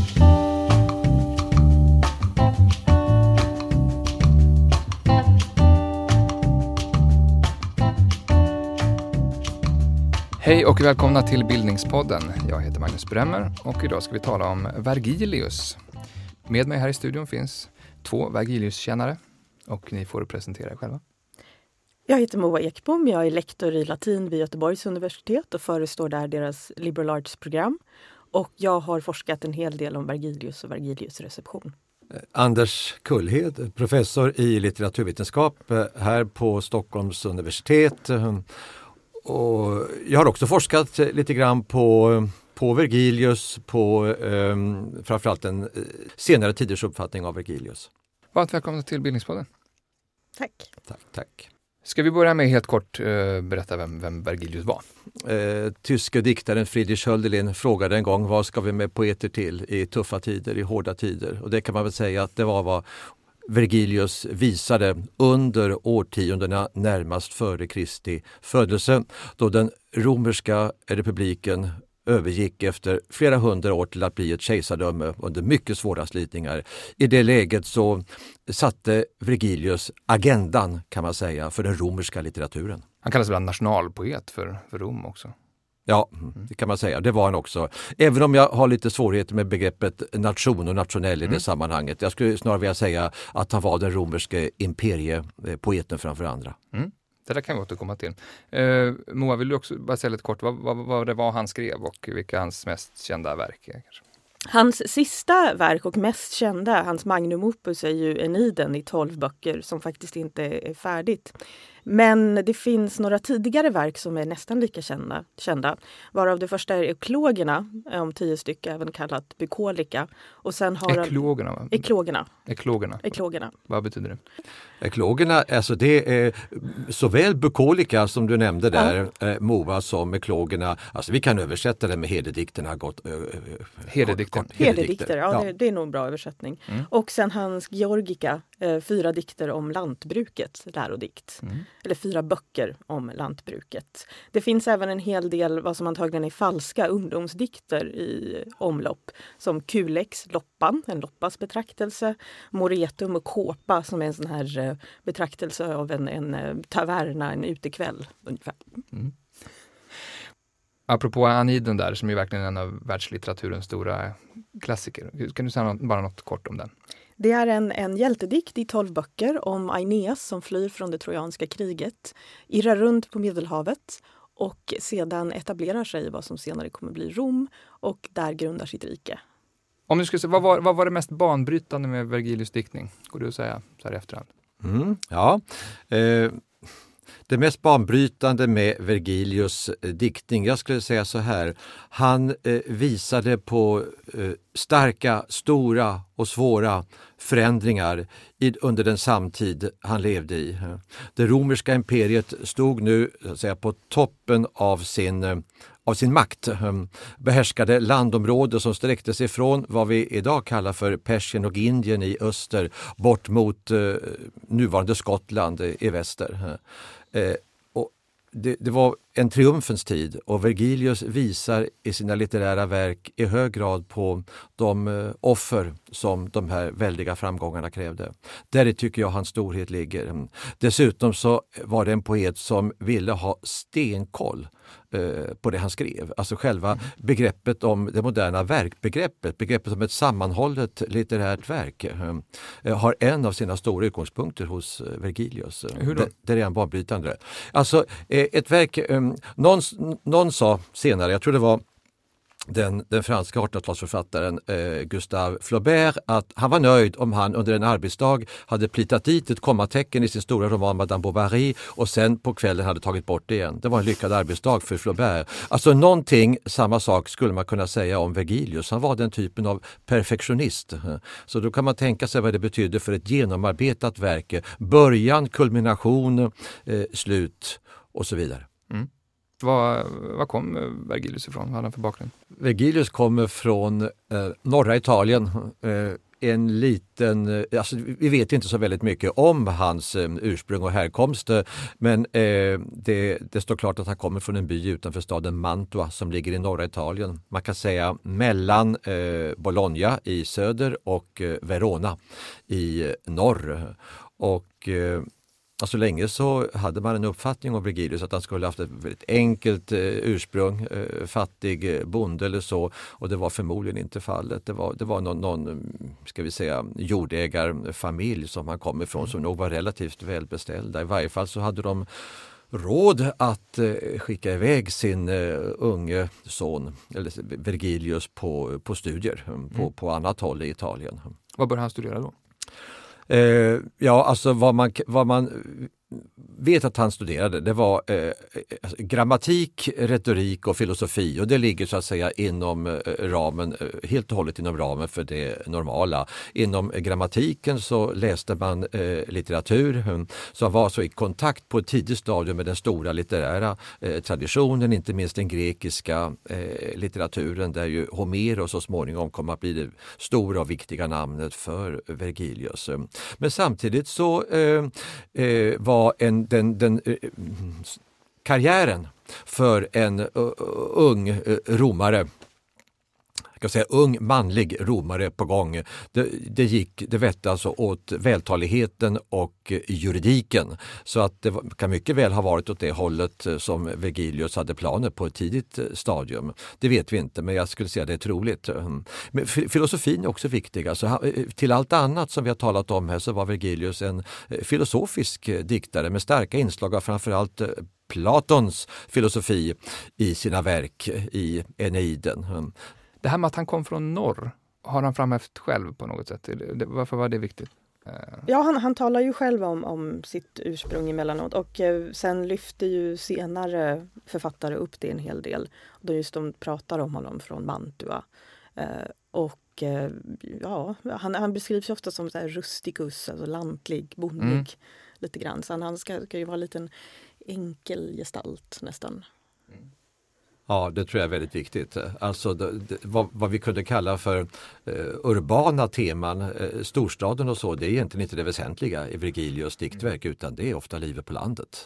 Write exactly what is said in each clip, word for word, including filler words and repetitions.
Hej och välkomna till Bildningspodden. Jag heter Magnus Bremmer och idag ska vi tala om Vergilius. Med mig här i studion finns två Vergilius-kännare och ni får presentera er själva. Jag heter Moa Ekbom, jag är lektor i latin vid Göteborgs universitet och förestår där deras liberal arts-program. Och jag har forskat en hel del om Vergilius och Vergilius reception. Anders Kullhed, professor i litteraturvetenskap här på Stockholms universitet. Och jag har också forskat lite grann på, på Vergilius, på eh, framförallt den senare tiders uppfattning av Vergilius. Varmt välkomna till Bildningspodden. Tack. Tack, tack. Ska vi börja med helt kort eh, berätta vem, vem Vergilius var? Eh, tyske diktaren Friedrich Hölderlin frågade en gång: vad ska vi med poeter till i tuffa tider, i hårda tider? Och det kan man väl säga att det var vad Vergilius visade under årtiondena närmast före Kristi födelse, då den romerska republiken övergick efter flera hundra år till att bli ett kejsardöme under mycket svåra slitningar. I det läget så satte Vergilius agendan, kan man säga, för den romerska litteraturen. Han kallas väl nationalpoet för, för Rom också? Ja, det kan man säga. Det var han också. Även om jag har lite svårigheter med begreppet nation och nationell i mm. det sammanhanget. Jag skulle snarare vilja säga att han var den romerske imperiepoeten framför andra. Mm. Det där kan vi återkomma till. Eh, Moa, vill du också bara säga lite kort vad, vad, vad det var han skrev och vilka hans mest kända verk är? Kanske? Hans sista verk och mest kända, hans magnum opus, är ju Eniden i tolv böcker som faktiskt inte är färdigt. Men det finns några tidigare verk som är nästan lika kända, kända varav det första är Eklogerna, om tio stycken, även kallat Bukolika. Och sen har Eklogerna, va? Eklogerna. Eklogerna. Eklogerna. Vad betyder det? Eklogerna, alltså det är såväl Bukolika som du nämnde där, ja. eh, Moa, som Eklogerna. Alltså vi kan översätta det med herdedikterna. Gott, eh, herdedikter. Herdedikter, ja, ja. Det, det är nog en bra översättning. Mm. Och sen hans Georgika, eh, fyra dikter om lantbruket, lärodikt. Mm. Eller fyra böcker om lantbruket. Det finns även en hel del vad som antagligen är falska ungdomsdikter i omlopp. Som Kulex, Loppan, en Loppas betraktelse. Moretum och Kåpa som är en sån här betraktelse av en, en taverna, en utekväll ungefär. Mm. Apropå Aniden där, som är verkligen en av världslitteraturens stora klassiker. Kan du säga bara något kort om den? Det är en, en hjältedikt i tolv böcker om Aeneas som flyr från det trojanska kriget, irrar runt på Medelhavet och sedan etablerar sig i vad som senare kommer bli Rom och där grundar sitt rike. Om du skulle säga, vad var, vad var det mest banbrytande med Vergilius diktning? Går du att säga så här i efterhand? Mm, ja, eh, det mest banbrytande med Vergilius eh, diktning, jag skulle säga så här, han eh, visade på eh, starka, stora och svåra förändringar i, under den samtid han levde i. Det romerska imperiet stod nu så att säga, på toppen av sin, av sin makt. Behärskade landområden som sträckte sig från vad vi idag kallar för Persien och Indien i öster bort mot eh, nuvarande Skottland i väster. Eh, och det, det var en triumfens tid och Vergilius visar i sina litterära verk i hög grad på de eh, offer som de här väldiga framgångarna krävde. Där tycker jag hans storhet ligger. Dessutom så var det en poet som ville ha stenkoll eh, på det han skrev. Alltså själva begreppet om det moderna verkbegreppet, begreppet om ett sammanhållet litterärt verk eh, har en av sina stora utgångspunkter hos eh, Vergilius. Hur då? Det, det är en banbrytande. Alltså eh, ett verk eh, Någon, någon sa senare, jag tror det var den, den franska artonhundratalsförfattaren eh, Gustave Flaubert, att han var nöjd om han under en arbetsdag hade plitat dit ett kommatecken i sin stora roman Madame Bovary och sen på kvällen hade tagit bort det igen. Det var en lyckad arbetsdag för Flaubert. Alltså någonting, samma sak skulle man kunna säga om Vergilius. Han var den typen av perfektionist. Så då kan man tänka sig vad det betyder för ett genomarbetat verk. Början, kulmination, eh, slut och så vidare. Mm. Var, var kom Vergilius ifrån? Vad hade han för bakgrund? Vergilius kommer från eh, norra Italien, eh, en liten, alltså vi vet inte så väldigt mycket om hans ursprung och härkomst, men eh, det, det står klart att han kommer från en by utanför staden Mantua som ligger i norra Italien. Man kan säga mellan eh, Bologna i söder och eh, Verona i norr. Och eh, så länge så hade man en uppfattning om Vergilius att han skulle haft ett väldigt enkelt eh, ursprung, eh, fattig eh, bonde eller så, och det var förmodligen inte fallet. Det var, det var någon, någon ska vi säga, jordägarfamilj som han kom ifrån som nog var relativt välbeställda. I varje fall så hade de råd att eh, skicka iväg sin eh, unge son, eller Vergilius, på, på studier mm. på, på annat håll i Italien. Vad bör han studera då? Eh, ja, alltså vad man, vad man vet att han studerade, det var eh, alltså, grammatik, retorik och filosofi, och det ligger så att säga inom eh, ramen, eh, helt och hållet inom ramen för det normala. Inom grammatiken så läste man eh, litteratur, så han var så i kontakt på ett tidigt stadium med den stora litterära eh, traditionen, inte minst den grekiska eh, litteraturen, där ju Homeros så småningom kommer att bli det stora och viktiga namnet för Vergilius. Men samtidigt så eh, eh, var En, den, den uh, karriären för en uh, ung uh, romare, jag ska säga ung manlig romare på gång. Det, det gick, det vette alltså åt vältaligheten och juridiken, så att det var, kan mycket väl ha varit åt det hållet som Vergilius hade planer på ett tidigt stadium. Det vet vi inte, men jag skulle säga det är troligt. Men filosofin är också viktig. Alltså, till allt annat som vi har talat om här så var Vergilius en filosofisk diktare med starka inslag av framförallt Platons filosofi i sina verk i Eneiden. Det här med att han kom från norr, har han framhävt själv på något sätt? Varför var det viktigt? Ja, han, han talar ju själv om, om sitt ursprung emellanåt, och eh, sen lyfter ju senare författare upp det en hel del. Då just de pratar om honom från Mantua. Eh, och eh, ja, han, han beskrivs ofta som så här rusticus, alltså lantlig, bondlig, mm. lite grann. Så han, han ska, ska ju vara en liten enkel gestalt nästan. Mm. Ja, det tror jag är väldigt viktigt. Alltså det, det, vad, vad vi kunde kalla för eh, urbana teman, eh, storstaden och så, det är egentligen inte det väsentliga i Vergilius diktverk, utan det är ofta livet på landet.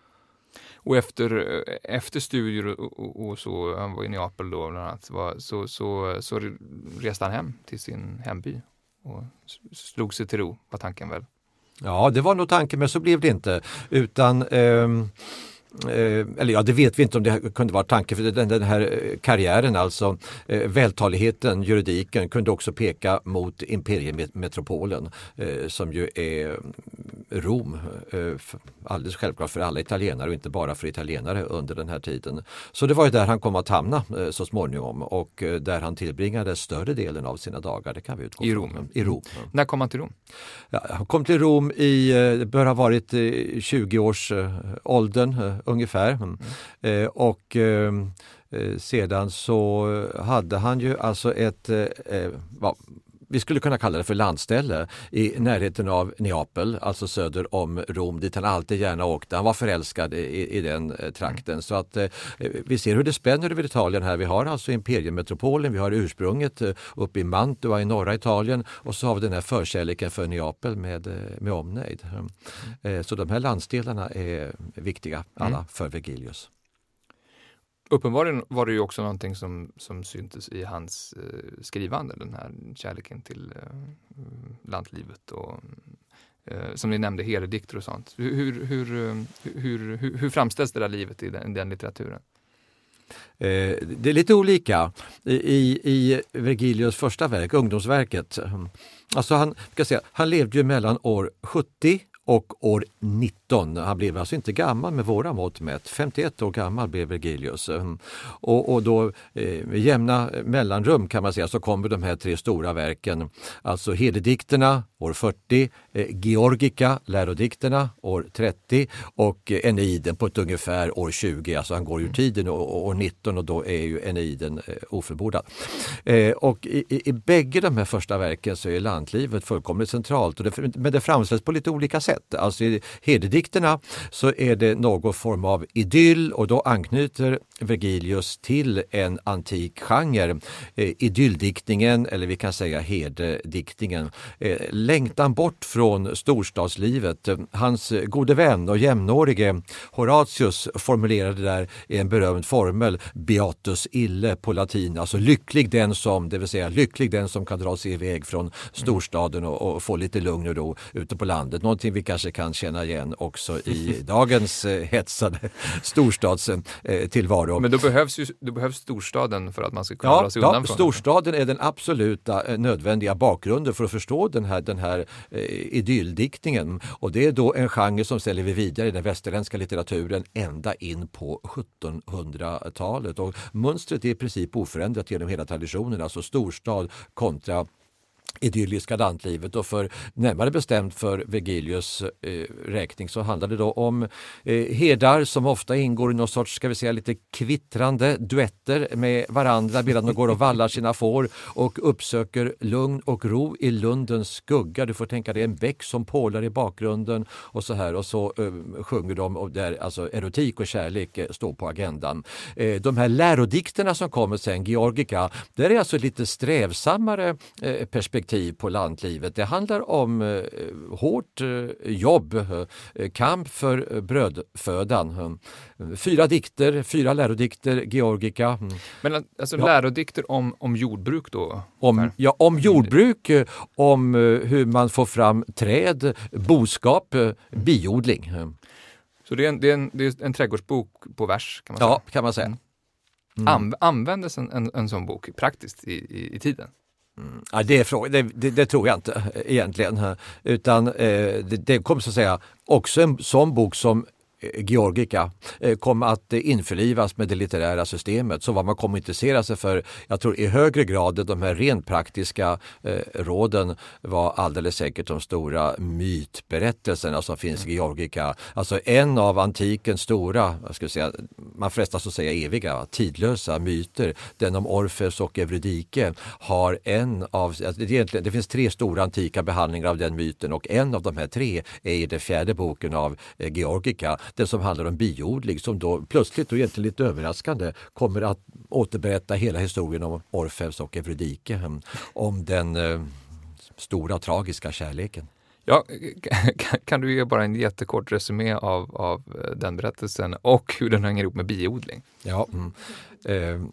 Och efter, efter studier och, och, och så, han var i Neapel då bland annat, var, så, så, så reste han hem till sin hemby och slog sig till ro, var tanken väl? Ja, det var nog tanken, men så blev det inte, utan ehm Eh, eller ja, det vet vi inte om det kunde vara tanke, för den, den här karriären, alltså eh, vältaligheten, juridiken, kunde också peka mot imperiemetropolen eh, som ju är Rom, eh, alldeles självklart för alla italienare och inte bara för italienare under den här tiden. Så det var ju där han kom att hamna eh, så småningom, och eh, där han tillbringade större delen av sina dagar, det kan vi utgå I Rom. från. I Rom. Mm. När kom han till Rom? Ja, han kom till Rom i, det bör ha varit i tjugo års eh, åldern eh, ungefär. Mm. Eh, och eh, sedan så hade han ju alltså ett, eh, vad, vi skulle kunna kalla det för landställe i närheten av Neapel, alltså söder om Rom, dit han alltid gärna åkte. Han var förälskad i, i den eh, trakten. Mm. Så att eh, vi ser hur det spänner över Italien här. Vi har alltså imperiemetropolen, vi har ursprunget eh, uppe i Mantua i norra Italien, och så har vi den här förkärleken för Neapel med, med omnejd. Mm. Eh, så de här landsdelarna är viktiga alla mm. för Vergilius. Uppenbarligen var det ju också någonting som, som syntes i hans eh, skrivande, den här kärleken till eh, lantlivet och eh, som ni nämnde, herdikter och sånt. Hur, hur, hur, hur, hur, hur framställs det där livet i den, den litteraturen? Eh, det är lite olika. I, i Vergilius första verk, ungdomsverket, alltså han, ska säga, han levde ju mellan år sjuttio och år nitton. Han blev alltså inte gammal med våra mått mätt. femtioett år gammal blev Vergilius. Och, och då eh, med jämna mellanrum kan man säga så kommer de här tre stora verken. Alltså herdikterna år fyrtio, eh, Georgica, lärodikterna år trettio och eh, Eneiden på ett ungefär år tjugo. Alltså han går ur tiden och, år nitton, och då är ju Eneiden eh, ofullbordad. Eh, och i, i, i bägge de här första verken så är lantlivet fullkomligt centralt. Och det, men det framställs på lite olika sätt. Alltså i herdikterna lärodikterna så är det någon form av idyll, och då anknyter Vergilius till en antik genre, eh, idylldiktningen, eller vi kan säga herdediktningen. Eh, längtan bort från storstadslivet. Hans gode vän och jämnårige Horatius formulerade där i en berömd formel, beatus ille på latin, alltså lycklig den som, det vill säga lycklig den som kan dra sig iväg från storstaden och, och få lite lugn och ro ute på landet. Någonting vi kanske kan känna igen också i dagens eh, hetsade storstadstillvaro. Men då behövs ju då behövs storstaden för att man ska kunna ja, dra sig ja, undan från storstaden det. Är den absoluta eh, nödvändiga bakgrunden för att förstå den här, den här eh, idylldiktningen. Och det är då en genre som ställer vi vidare i den västerländska litteraturen ända in på sjuttonhundratalet. Och mönstret är i princip oförändrat genom hela traditionen, alltså storstad kontra idylliska lantlivet, och för närmare bestämt för Vergilius eh, räkning så handlar det då om eh, herdar som ofta ingår i någon sorts, ska vi säga, lite kvittrande duetter med varandra medan de går och vallar sina får och uppsöker lugn och ro i lundens skugga. Du får tänka dig en bäck som pålar i bakgrunden och så här, och så eh, sjunger de, och där alltså erotik och kärlek eh, står på agendan. Eh, de här lärodikterna som kommer sen, Georgica, där är alltså lite strävsammare eh, perspektiv på lantlivet. Det handlar om eh, hårt eh, jobb, eh, kamp för eh, brödfödan. Fyra dikter, fyra lärodikter, Georgica. Men alltså ja. lärodikter om, om jordbruk då? Om, ja, om jordbruk, om hur man får fram träd, boskap, biodling. Så det är en, det är en, det är en trädgårdsbok på vers, kan man säga? Ja, kan man säga. Mm. Mm. An, användes en, en, en sån bok praktiskt i, i, i tiden? Mm. Ja, det, är fråga, det, det, det tror jag inte egentligen. Utan eh, det, det kommer så att säga också en sån bok som Georgica eh, kom att eh, införlivas med det litterära systemet. Så vad man kommer att intressera sig för, jag tror i högre grad de här rent praktiska eh, råden var alldeles säkert de stora mytberättelserna som finns i Georgica. Alltså en av antikens stora, jag skulle säga, man frestas att säga eviga, tidlösa myter, den om Orfeus och Eurydike, har en av, alltså det, egentligen, det finns tre stora antika behandlingar av den myten, och en av de här tre är i den fjärde boken av eh, Georgica, den som handlar om biodling, som då plötsligt och egentligen lite överraskande kommer att återberätta hela historien om Orfeus och Eurydike, om den eh, stora tragiska kärleken. Ja, kan du ge bara en jättekort resumé av, av den berättelsen och hur den hänger ihop med biodling? Ja, mm. eh,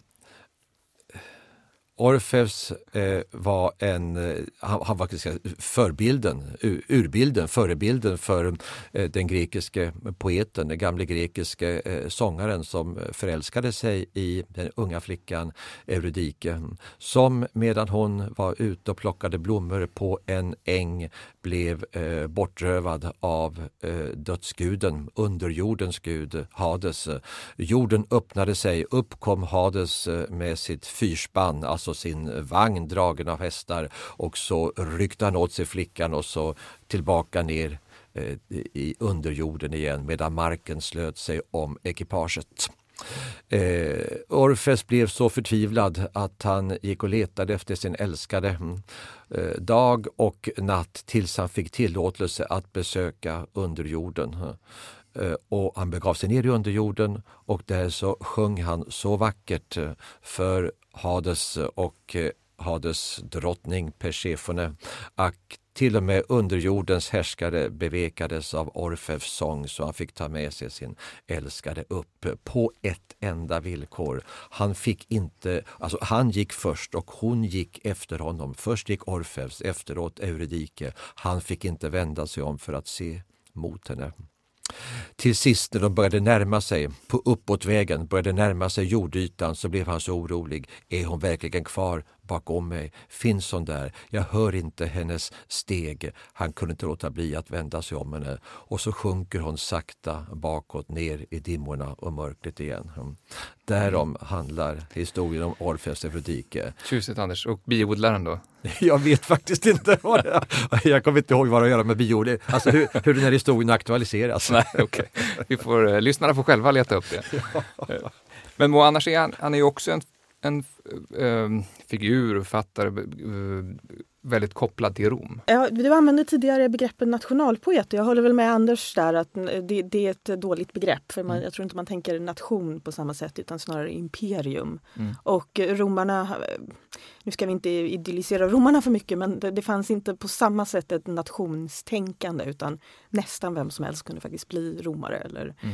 Orfeus eh, var en, eh, han, han var förbilden, ur, urbilden, förebilden för eh, den grekiske poeten, den gamle grekiske eh, sångaren som förälskade sig i den unga flickan Eurydike, som medan hon var ute och plockade blommor på en äng blev eh, bortrövad av eh, dödsguden, underjordens gud Hades. Jorden öppnade sig, upp kom Hades eh, med sitt fyrspann, alltså sin vagn dragen av hästar, och så ryckte han åt sig flickan och så tillbaka ner eh, i underjorden igen, medan marken slöt sig om ekipaget. Eh, Orfeus blev så förtvivlad att han gick och letade efter sin älskade eh, dag och natt tills han fick tillåtelse att besöka underjorden. Eh, och han begav sig ner i underjorden, och där så sjöng han så vackert för Hades och eh, Hades drottning Persefone, att till och med underjordens härskare bevekades av Orfeus sång, så han fick ta med sig sin älskade upp på ett enda villkor. Han fick inte, alltså han gick först och hon gick efter honom. Först gick Orfeus, efteråt Eurydike. Han fick inte vända sig om för att se mot henne. Till sist när de började närma sig på uppåtvägen, började närma sig jordytan, så blev han så orolig. Är hon verkligen kvar bakom mig? Finns hon där? Jag hör inte hennes steg. Han kunde inte låta bli att vända sig om henne. Och så sjunker hon sakta bakåt ner i dimmorna och mörkret igen. Därom handlar historien om Orfeus och Eurydike. Tjusigt, Anders. Och biodlaren då? Jag vet faktiskt inte vad det är. Jag kommer inte ihåg vad det har att göra med biodling. Alltså hur, hur den här historien aktualiseras. Nej, okej. Okay. Vi får, uh, lyssnarna får själva leta upp det. Men Mo, annars är han, han är ju också en en äh, figur, fattare, äh, väldigt kopplad till Rom. Ja, du använde tidigare begreppet nationalpoet och jag håller väl med Anders där att det, det är ett dåligt begrepp. För man, mm. jag tror inte man tänker nation på samma sätt utan snarare imperium. Mm. Och romarna, nu ska vi inte idyllisera romarna för mycket, men det, det fanns inte på samma sätt ett nationstänkande utan nästan vem som helst kunde faktiskt bli romare eller mm.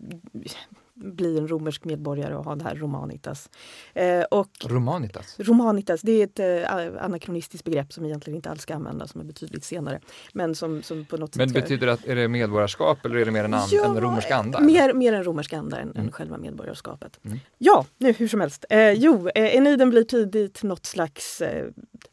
bli en romersk medborgare och ha det här romanitas. Eh, och romanitas? Romanitas, det är ett eh, anakronistiskt begrepp som egentligen inte alls ska användas, som är betydligt senare. Men som, som på något Men sätt ska... betyder det att är det medborgarskap eller är det mer en, and, ja, en romersk anda? Mer, mer en romersk anda än, mm. än själva medborgarskapet. Mm. Ja, nu hur som helst. Eh, jo, eh, Eniden blir tidigt något slags eh,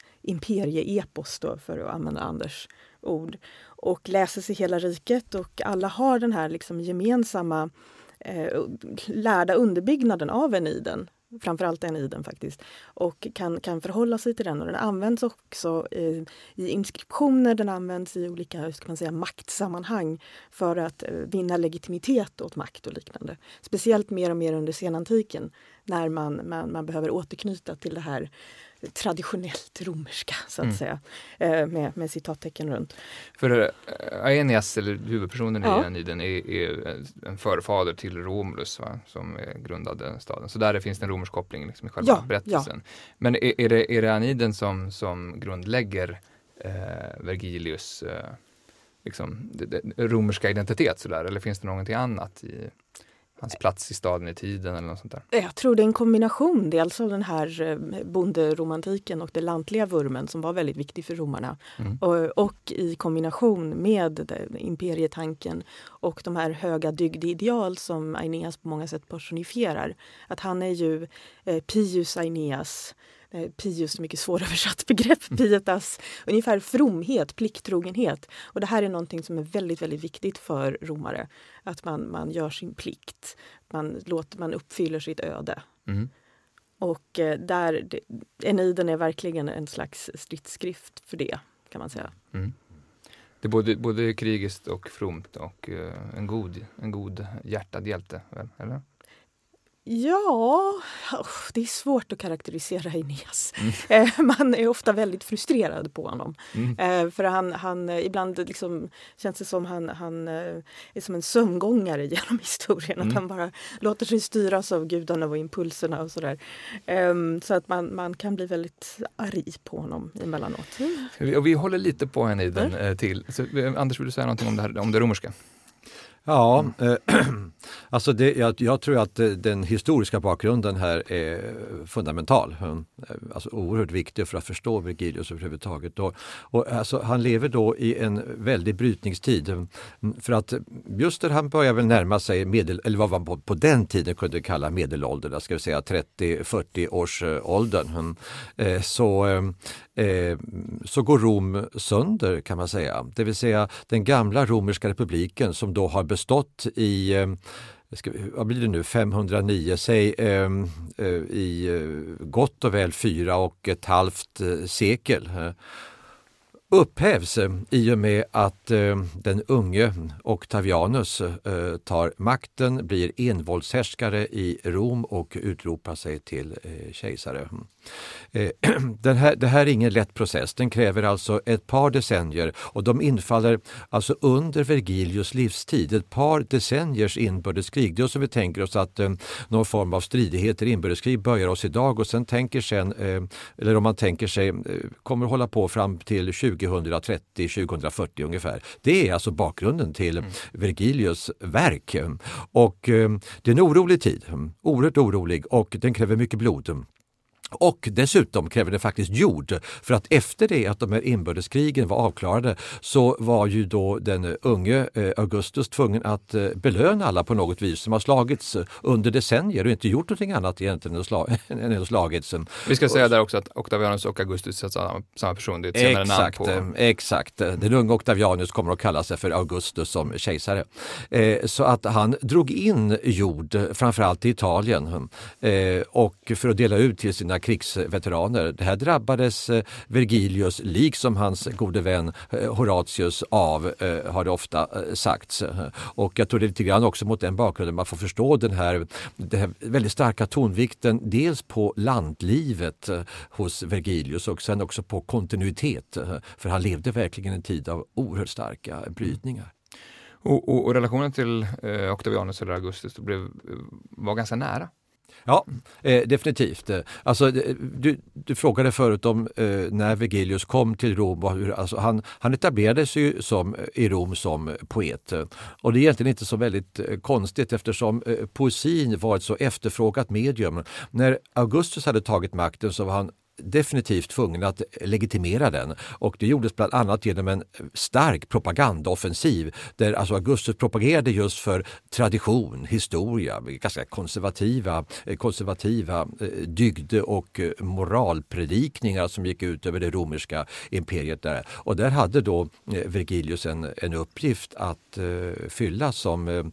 imperieepos då, för att använda Anders ord. Och läses i hela riket och alla har den här liksom gemensamma Eh, lärda underbyggnaden av Eniden, framförallt Eniden faktiskt, och kan, kan förhålla sig till den. Och den används också eh, i inskriptioner, den används i olika, hur ska man säga, maktsammanhang för att eh, vinna legitimitet åt makt och liknande. Speciellt mer och mer under senantiken när man, man, man behöver återknyta till det här traditionellt romerska, så att mm. säga, med, med citattecken runt. För äh, Aeneas, eller huvudpersonen ja. i Eniden, är, är en förfader till Romulus, va? Som grundade staden. Så där finns det en romersk koppling liksom, i själva ja, berättelsen. Ja. Men är, är, det, är det Eniden som, som grundlägger eh, Vergilius eh, liksom, det, det, romerska identitet, så där, eller finns det någonting annat i hans plats i staden i tiden eller något sånt där? Jag tror det är en kombination, dels av den här bonderomantiken och den lantliga vurmen som var väldigt viktig för romarna. Mm. Och, och i kombination med imperietanken och de här höga dygdeideal som Aeneas på många sätt personifierar. Att han är ju eh, Pius Aeneas, Pius, mycket svåröversatt begrepp, pietas, ungefär fromhet, plikttrogenhet. Och det här är någonting som är väldigt, väldigt viktigt för romare. Att man, man gör sin plikt, man, låter, man uppfyller sitt öde. Mm. Och eh, där, det, Eniden är verkligen en slags stridsskrift för det, kan man säga. Mm. Det är både, både krigiskt och fromt och uh, en, god, en god hjärtad hjälte, eller? Ja, det är svårt att karaktärisera Aeneas. Mm. Man är ofta väldigt frustrerad på honom. Mm. För han, han ibland liksom, känns det som han, han är som en sömngångare genom historien. Mm. Att han bara låter sig styras av gudarna och impulserna och sådär. Så att man, man kan bli väldigt arg på honom emellanåt. Mm. Och vi håller lite på henne i den mm. till. Så, Anders, vill du säga någonting om det, här, om det romerska? Ja, eh, alltså det, jag, jag tror att den historiska bakgrunden här är fundamental. Alltså oerhört viktig för att förstå Vergilius överhuvudtaget. Och, och alltså, han lever då i en väldig brytningstid. För att just när han börjar väl närma sig medel, eller vad man på, på den tiden kunde kalla medelåldern, ska vi säga trettio till fyrtio års åldern, eh, så eh, så går Rom sönder, kan man säga. Det vill säga den gamla romerska republiken som då har bestått i, ska, vad blir det nu, femhundranio, säg eh, eh, i gott och väl fyra och ett halvt sekel. Upphävs i och med att eh, den unge Octavianus eh, tar makten, blir envåldshärskare i Rom och utropar sig till eh, kejsare. Eh, den här, det här är ingen lätt process, den kräver alltså ett par decennier och de infaller alltså under Vergilius livstid, ett par decenniers inbördeskrig. Det är som vi tänker oss att eh, någon form av stridigheter, inbördeskrig börjar oss idag och sen tänker sen, eh, eller om man tänker sig, eh, kommer hålla på fram till tjugohundratrettio till tjugohundrafyrtio ungefär. Det är alltså bakgrunden till mm. Vergilius verk. Och eh, det är en orolig tid, oerhört orolig, och den kräver mycket blod. Och dessutom kräver det faktiskt jord, för att efter det att de här inbördeskrigen var avklarade så var ju då den unge Augustus tvungen att belöna alla på något vis som har slagits under decennier och inte gjort någonting annat egentligen än att slagits. Vi ska säga där också att Octavianus och Augustus är samma, samma person, det är ett senare exakt, namn på... Exakt, den unge Octavianus kommer att kalla sig för Augustus som kejsare. Så att han drog in jord framförallt i Italien och för att dela ut till sina sina krigsveteraner. Det här drabbades Vergilius, liksom hans gode vän Horatius, av, har det ofta sagts. Och jag tror det är lite grann också mot den bakgrunden man får förstå den här, den här väldigt starka tonvikten dels på landlivet hos Vergilius och sen också på kontinuitet. För han levde verkligen en tid av oerhört starka brytningar. Och, och, och relationen till eh, Octavianus eller Augustus blev, var ganska nära. Ja, eh, definitivt. Alltså, du, du frågade förut om eh, när Vergilius kom till Rom. Och hur, alltså, han, han etablerades ju som, i Rom som poet. Och det är egentligen inte så väldigt eh, konstigt eftersom eh, poesin var ett så efterfrågat medium. När Augustus hade tagit makten så var han definitivt tvungen att legitimera den, och det gjordes bland annat genom en stark propagandaoffensiv där alltså Augustus propagerade just för tradition, historia, ganska konservativa, konservativa dygde- och moralpredikningar som gick ut över det romerska imperiet där. Och där hade då Vergilius en, en uppgift att uh, fylla som, uh,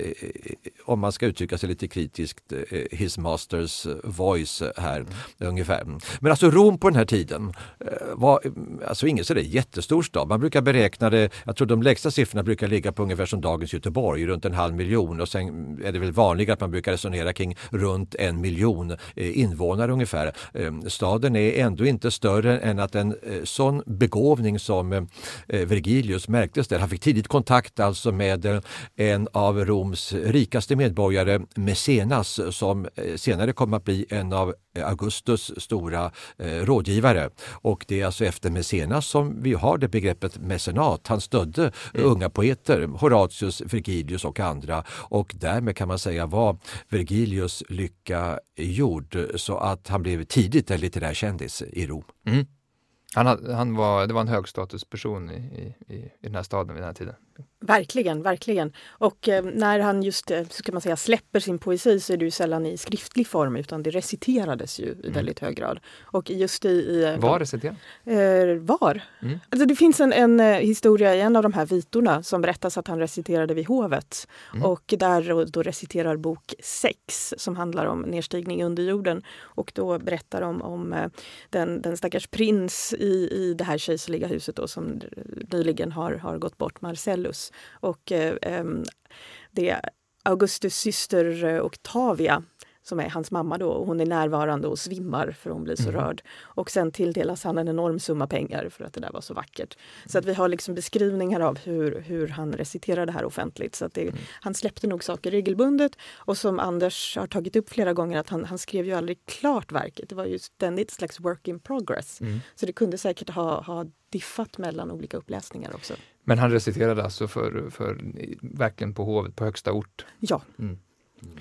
om man ska uttrycka sig lite kritiskt, uh, his master's voice här, mm. ungefär. Men alltså Rom på den här tiden var alltså ingen så det jättestor stad. Man brukar beräkna det, jag tror de lägsta siffrorna brukar ligga på ungefär som dagens Göteborg, runt en halv miljon, och sen är det väl vanligare att man brukar resonera kring runt en miljon invånare ungefär. Staden är ändå inte större än att en sån begåvning som Vergilius märktes där. Han fick tidigt kontakt alltså med en av Roms rikaste medborgare, Mäcenas, som senare kommer att bli en av Augustus stora eh, rådgivare. Och det är alltså efter Mäcenas som vi har det begreppet mecenat. Han stödde mm. unga poeter, Horatius, Vergilius och andra. Och därmed kan man säga var Vergilius lycka gjord, så att han blev tidigt en litterär kändis i Rom. Mm. Han, hade, han var, det var en högstatusperson i, i, i den här staden vid den här tiden. Verkligen, verkligen. Och eh, när han just eh, så kan man säga, släpper sin poesi så är det ju sällan i skriftlig form, utan det reciterades ju i mm. väldigt hög grad. Och just i... i var reciterade? Eh, var? Mm. Alltså det finns en, en historia i en av de här vitorna som berättas att han reciterade vid hovet. Mm. Och där då reciterar bok sex som handlar om nedstigning under jorden. Och då berättar de om eh, den, den stackars prins i, i det här kejserliga huset då, som nyligen har, har gått bort, Marcellus. Och eh, det är Augustus syster Octavia som är hans mamma då, och hon är närvarande och svimmar för hon blir så mm. rörd. Och sen tilldelas han en enorm summa pengar för att det där var så vackert. Mm. Så att vi har liksom beskrivningar av hur, hur han reciterar det här offentligt. Så att det, mm. han släppte nog saker regelbundet, och som Anders har tagit upp flera gånger att han, han skrev ju aldrig klart verket. Det var ju ständigt ett slags work in progress. Mm. Så det kunde säkert ha, ha diffat mellan olika uppläsningar också. Men han reciterade alltså för, för verkligen på hovet, på högsta ort? Ja. Mm. Mm.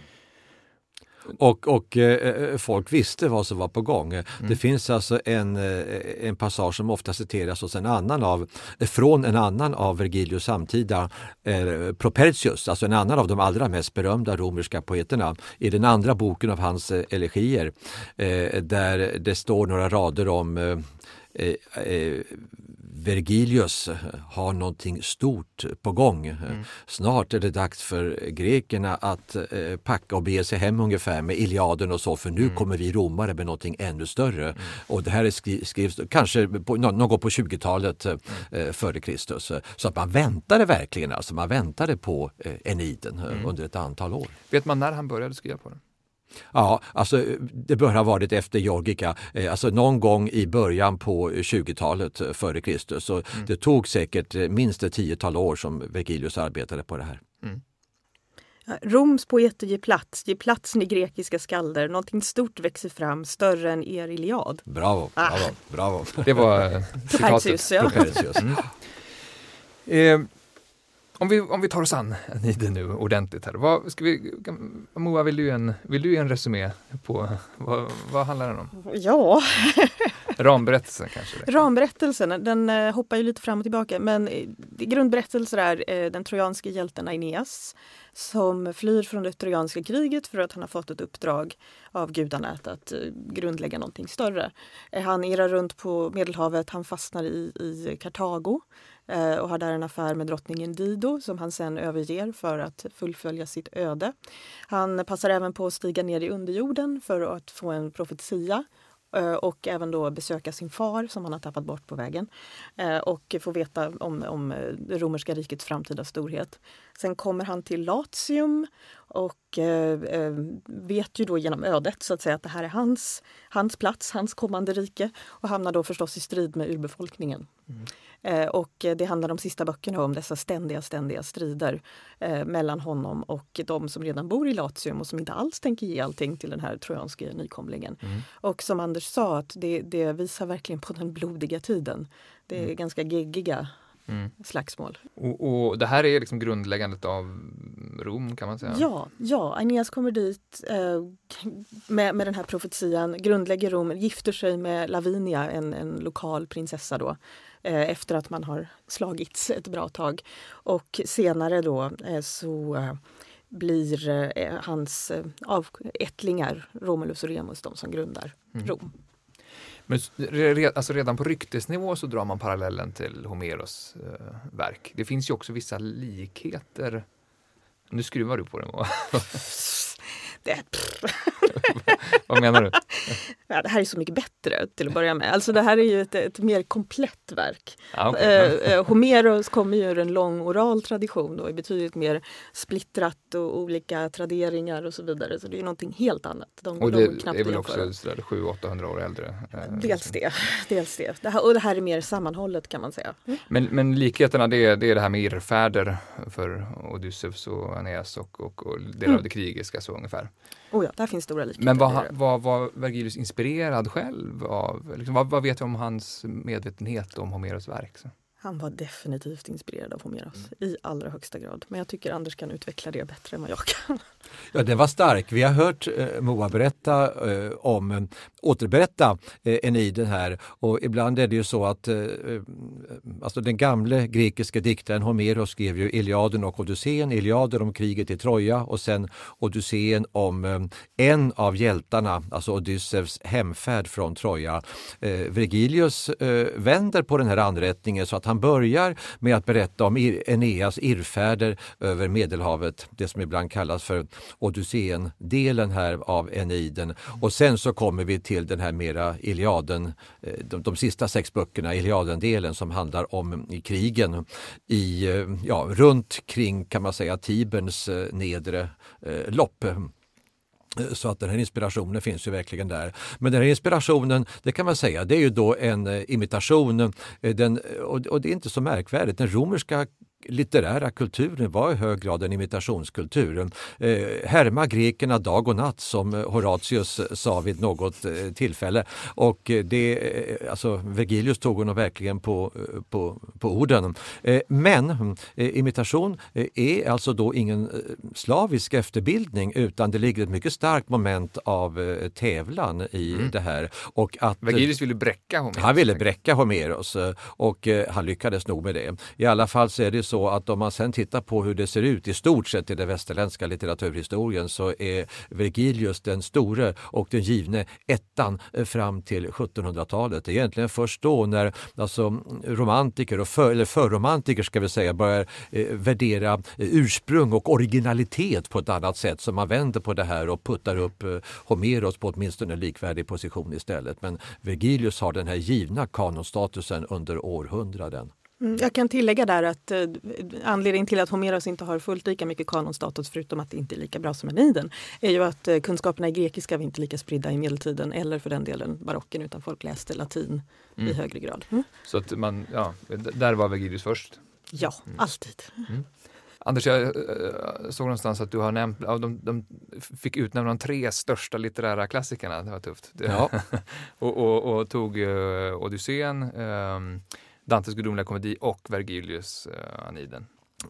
Och, och eh, folk visste vad som var på gång. Mm. Det finns alltså en, en passage som ofta citeras hos en annan av, från en annan av Vergilius samtida, eh, Propertius, alltså en annan av de allra mest berömda romerska poeterna, i den andra boken av hans eh, elegier, eh, där det står några rader om eh, eh, eh, Vergilius har någonting stort på gång. Mm. Snart är det dags för grekerna att eh, packa och bege sig hem ungefär med Iliaden och så, för nu mm. kommer vi romare med någonting ännu större. Mm. Och det här är skri- skrivs kanske på, någon gång på tjugotalet eh, före Kristus. Så att man väntade verkligen, alltså man väntade på eh, Eniden mm. under ett antal år. Vet man när han började skriva på den? Ja, alltså det bör ha varit efter Georgica, alltså någon gång i början på tjugotalet före Kristus. Så mm. det tog säkert minst ett tiotal år som Vergilius arbetade på det här. Mm. Roms poeter ger plats, ger platsen i grekiska skalder. Någonting stort växer fram, större än er Iliad. Bravo, bravo, ah. bravo. Det var Propertius, ja. Propertius. Mm. eh, Om vi, om vi tar oss an det nu ordentligt här. Vad ska vi, Moa, vill du en, vill du en resumé på vad, vad handlar den om? Ja. Ramberättelsen kanske? Det. Ramberättelsen, den eh, hoppar ju lite fram och tillbaka. Men eh, grundberättelsen är eh, den trojanska hjälten Aeneas som flyr från det trojanska kriget för att han har fått ett uppdrag av gudarna att, att uh, grundlägga någonting större. Eh, han irrar runt på Medelhavet, han fastnar i, i Kartago eh, och har där en affär med drottningen Dido som han sen överger för att fullfölja sitt öde. Han passar även på att stiga ner i underjorden för att få en profetia och även då besöka sin far som han har tappat bort på vägen och få veta om, om det romerska rikets framtida storhet. Sen kommer han till Latium och eh, vet ju då genom ödet så att säga att det här är hans, hans plats, hans kommande rike och hamnar då förstås i strid med urbefolkningen. Mm. Eh, och det handlar de sista böckerna om dessa ständiga, ständiga strider eh, mellan honom och de som redan bor i Latium och som inte alls tänker ge allting till den här trojanska nykomlingen. Mm. Och som Anders sa, att det, det visar verkligen på den blodiga tiden. Det är mm. ganska geggiga Mm. slagsmål. Och, och det här är liksom grundläggandet av Rom kan man säga? Ja, ja. Aeneas kommer dit eh, med, med den här profetian, grundlägger Rom, gifter sig med Lavinia, en, en lokal prinsessa då, eh, efter att man har slagits ett bra tag. Och senare då eh, så eh, blir eh, hans eh, avättlingar, Romulus och Remus, de som grundar mm. Rom. Men alltså redan på ryktesnivå så drar man parallellen till Homeros eh, verk. Det finns ju också vissa likheter. Nu skruvar du på den. det, Vad menar du? Ja, det här är så mycket bättre till att börja med. Alltså det här är ju ett, ett mer komplett verk. Ah, okay. eh, eh, Homeros kommer ju ur en lång oral tradition och är betydligt mer splittrat och olika traderingar och så vidare. Så det är någonting helt annat. De, och det de knappt är väl också sju åtta hundra år äldre? Eh, dels det. Dels det. det här, och det här är mer sammanhållet kan man säga. Mm. Men, men likheterna det är, det är det här med irrfärder för Odysseus och Aeneas och, och, och delar mm. av det krigiska så ungefär. Oh ja, där finns stora likheter. Men var, var, var Vergilius inspirerad själv av? Liksom, vad, vad vet vi om hans medvetenhet om Homeros verk? Så? Han var definitivt inspirerad av Homeros mm. i allra högsta grad. Men jag tycker Anders kan utveckla det bättre än vad jag kan. Ja, den var stark. Vi har hört eh, Moa berätta eh, om, eh, återberätta eh, Eneiden här. Och ibland är det ju så att eh, alltså den gamle grekiska diktaren Homeros skrev ju Iliaden och Odysseen. Iliaden om kriget i Troja och sen Odysseen om eh, en av hjältarna, alltså Odysseus hemfärd från Troja. Eh, Vergilius eh, vänder på den här anrättningen så att han börjar med att berätta om Aeneas irrfärder över Medelhavet, det som ibland kallas för Odysseen-delen här av Eneiden. Och sen så kommer vi till den här mera Iliaden, de, de sista sex böckerna, Iliaden-delen som handlar om i krigen i, ja, runt kring kan man säga Tiberns nedre eh, lopp. Så att den här inspirationen finns ju verkligen där. Men den här inspirationen, det kan man säga, det är ju då en imitation. Den, och, och det är inte så märkvärdigt. Den romerska litterära kulturen var i hög grad en imitationskultur. Eh, härma grekerna dag och natt som Horatius sa vid något eh, tillfälle. Och det, eh, alltså Vergilius tog honom verkligen på, på, på orden. Eh, men eh, imitation eh, är alltså då ingen eh, slavisk efterbildning utan det ligger ett mycket starkt moment av eh, tävlan i mm. det här. Och att, Vergilius ville bräcka Homeros. Han ville bräcka Homeros och eh, han lyckades nog med det. I alla fall så är det så att om man sen tittar på hur det ser ut i stort sett i den västerländska litteraturhistorien så är Vergilius den store och den givne ettan fram till sjuttonhundratalet. Det är egentligen först då när alltså, romantiker och för, eller förromantiker ska vi säga börjar eh, värdera eh, ursprung och originalitet på ett annat sätt som man vänder på det här och puttar upp eh, Homeros på åtminstone en likvärdig position istället. Men Vergilius har den här givna kanonstatusen under århundraden. Jag kan tillägga där att eh, anledningen till att Homeros inte har fullt lika mycket kanonstatus förutom att det inte är lika bra som Eneiden är ju att eh, kunskaperna i grekiska var inte lika spridda i medeltiden eller för den delen barocken utan folk läste latin mm. i högre grad. Mm. Så att man, ja, där var Vergilius först? Ja, mm. alltid. Mm. Anders, jag äh, såg någonstans att du har nämnt, ja, de, de fick utnämna de tre största litterära klassikerna, det var tufft. Ja. och, och, och tog uh, Odysseen, um, Dantes gudomliga komedi och Vergilius uh, Aneiden.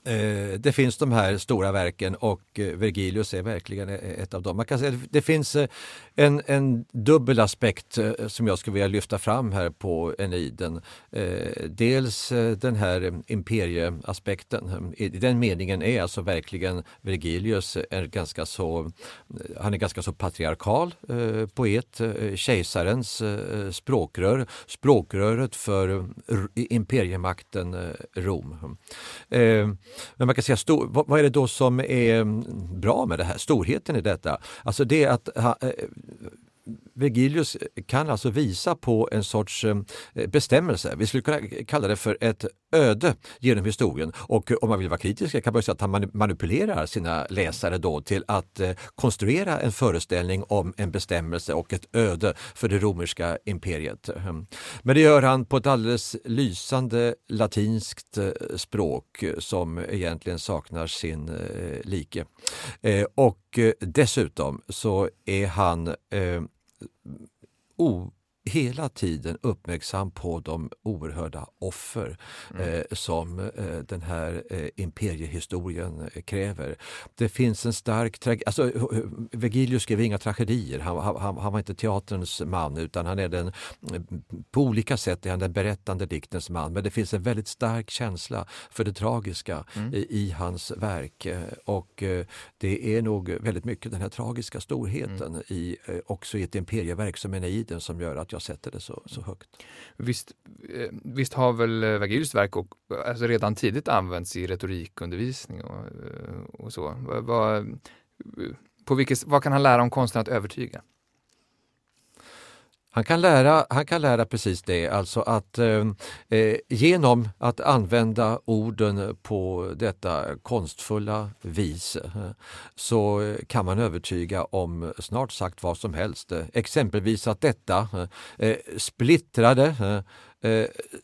Eh, det finns de här stora verken och eh, Vergilius är verkligen ett av dem. Man kan säga att det finns eh, en, en dubbel aspekt eh, som jag skulle vilja lyfta fram här på Eneiden. Eh, dels eh, den här imperieaspekten. I den meningen är alltså verkligen Vergilius är ganska så, han är ganska så patriarkal eh, poet, eh, kejsarens eh, språkrör, språkröret för eh, imperiemakten eh, Rom. Eh, Men man kan säga, stor, vad, vad är det då som är bra med det här? Storheten i detta. Alltså det är att ha, Vergilius kan alltså visa på en sorts bestämmelse. Vi skulle kunna kalla det för ett öde genom historien. Och om man vill vara kritisk kan man säga att han manipulerar sina läsare då till att konstruera en föreställning om en bestämmelse och ett öde för det romerska imperiet. Men det gör han på ett alldeles lysande latinskt språk som egentligen saknar sin like. Och dessutom så är han eh, o hela tiden uppmärksam på de oerhörda offer mm. eh, som eh, den här eh, imperiehistorien eh, kräver. Det finns en stark tragedi. Alltså, Vergilius skrev inga tragedier. Han, han, han var inte teaterns man utan han är den, på olika sätt är han den berättande diktens man. Men det finns en väldigt stark känsla för det tragiska mm. i, i hans verk. Och eh, det är nog väldigt mycket den här tragiska storheten mm. i, eh, också i ett imperieverk som Eneiden som gör att jag sätter det så, så högt. Visst, visst har väl Vergilius verk och, alltså redan tidigt använts i retorikundervisning och, och så. Vad, på vilket, vad kan han lära om konsten att övertyga? Han kan lära, han kan lära precis det, alltså att eh, genom att använda orden på detta konstfulla vis eh, så kan man övertyga om snart sagt vad som helst. Eh, exempelvis att detta eh, splittrade eh,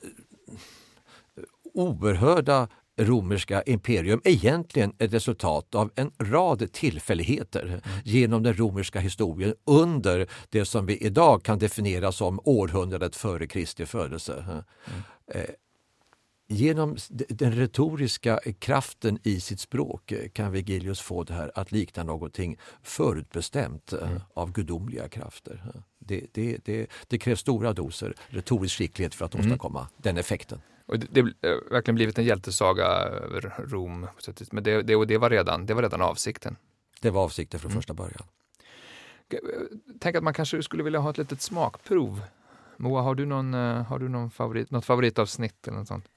oerhörda romerska imperium egentligen ett resultat av en rad tillfälligheter mm. genom den romerska historien under det som vi idag kan definiera som århundradet före Kristi födelse. Mm. Eh, genom den retoriska kraften i sitt språk kan Vergilius få det här att likna någonting förutbestämt mm. av gudomliga krafter. Det, det, det, det krävs stora doser retorisk skicklighet för att mm. åstadkomma den effekten. Och det har verkligen blivit en hjältesaga över Rom. Men det, det, och det, var redan, det var redan avsikten. Det var avsikten från mm. första början. Tänk att man kanske skulle vilja ha ett litet smakprov. Moa, har du någon, har du någon favorit, något favoritavsnitt eller något sånt?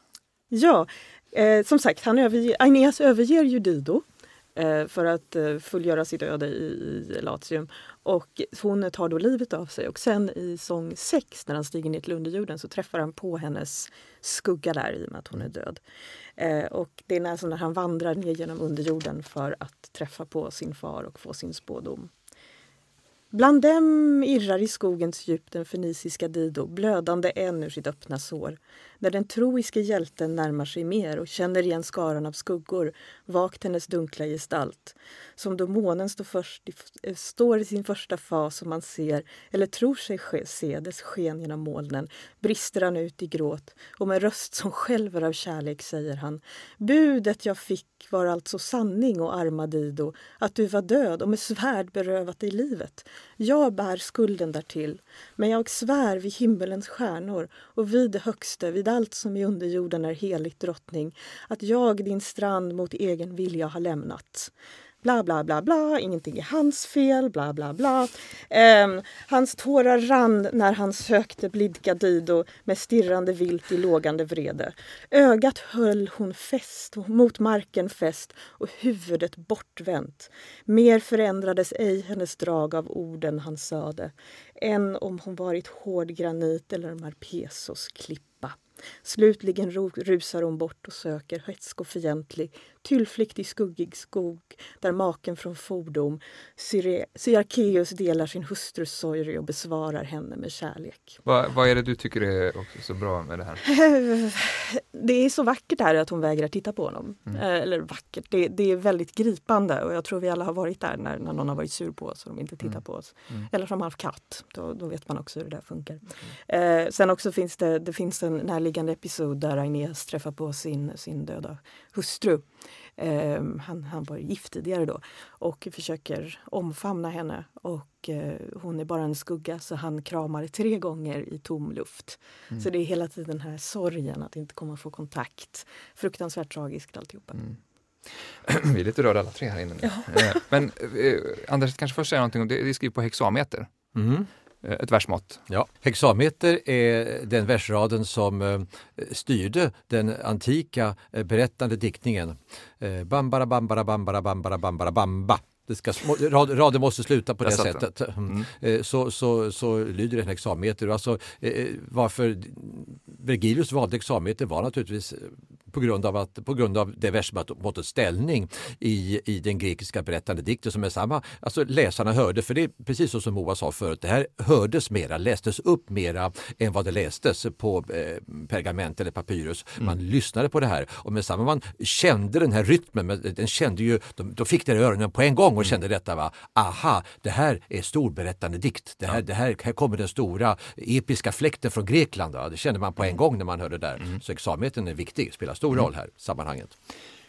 Ja, eh, som sagt, han överger, Aeneas överger ju Dido eh, för att eh, fullgöra sitt öde i, i Latium. Och hon tar då livet av sig och sen i sång sex när han stiger ner till underjorden så träffar han på hennes skugga där i och med att hon är död. Eh, och det är när, när han vandrar ner genom underjorden för att träffa på sin far och få sin spådom. Bland dem irrar i skogens djup den feniciska Dido, blödande än ur sitt öppna sår. När den troiske hjälten närmar sig mer och känner igen skaran av skuggor, vakt hennes dunkla gestalt. Som då månen står, först, står i sin första fas och man ser, eller tror sig se dess sken genom molnen, brister han ut i gråt och med röst som skälver av kärlek säger han: budet jag fick var alltså sanning och arma Dido, att du var död och med svärd berövat dig livet. Jag bär skulden därtill, men jag svär vid himmelens stjärnor och vid det högsta, vid allt som i underjorden är heligt drottning, att jag din strand mot egen vilja har lämnat. Bla bla bla bla, ingenting är hans fel, bla bla bla. Um, hans tårar rann när han sökte blidka Dido med stirrande vilt i lågande vrede. Ögat höll hon fäst, mot marken fäst och huvudet bortvänt. Mer förändrades ej hennes drag av orden han sade, än om hon varit hård granit eller Marpesos klippa. Slutligen rusar hon bort och söker hätsk och fientlig, tyllflykt i skuggig skog, där maken från fordom, Syracuse delar sin hustrus sorg och besvarar henne med kärlek. Vad, vad är det du tycker är också så bra med det här? Det är så vackert här att hon vägrar titta på honom. Mm. Eller vackert, det, det är väldigt gripande och jag tror vi alla har varit där när, när någon har varit sur på oss och de inte tittar mm. på oss. Mm. Eller som haft katt, då, då vet man också hur det där funkar. Mm. Eh, sen också finns det, det finns en närliggande episod där Aeneas träffar på sin, sin döda hustru. Eh, han, han var gift tidigare då och försöker omfamna henne och eh, hon är bara en skugga så han kramar tre gånger i tom luft. Mm. Så det är hela tiden den här sorgen att inte komma få kontakt. Fruktansvärt tragiskt alltihopa. Mm. Vi är lite rörda alla tre här inne nu. Ja. Men eh, Anders kanske först säga någonting om det. Det är skrivet på hexameter. Mm. Ett versmått. Ja, hexameter är den versraden som styrde den antika berättande diktningen. Bambara bambara bambara bambara bambara bamba. det ska, raden måste sluta på det sättet. Mm. Så, så, så lyder en hexameter. Alltså, varför Vergilius valde hexameter var naturligtvis på grund av, att, på grund av det versmåttets ställning i, i den grekiska berättande dikten som är samma. Alltså läsarna hörde, för det är precis så som Moa sa förut, det här hördes mera, lästes upp mera än vad det lästes på eh, pergament eller papyrus. Man mm. lyssnade på det här och med samma man kände den här rytmen, men den kände ju, de, de fick det i öronen på en gång och mm. kände detta va, aha, det här är storberättande dikt. Det här, ja. det här, här kommer den stora episka fläkten från Grekland. Va? Det kände man på en gång när man hörde det där. Mm. Så hexametern är viktig, spelar stor roll här i sammanhanget.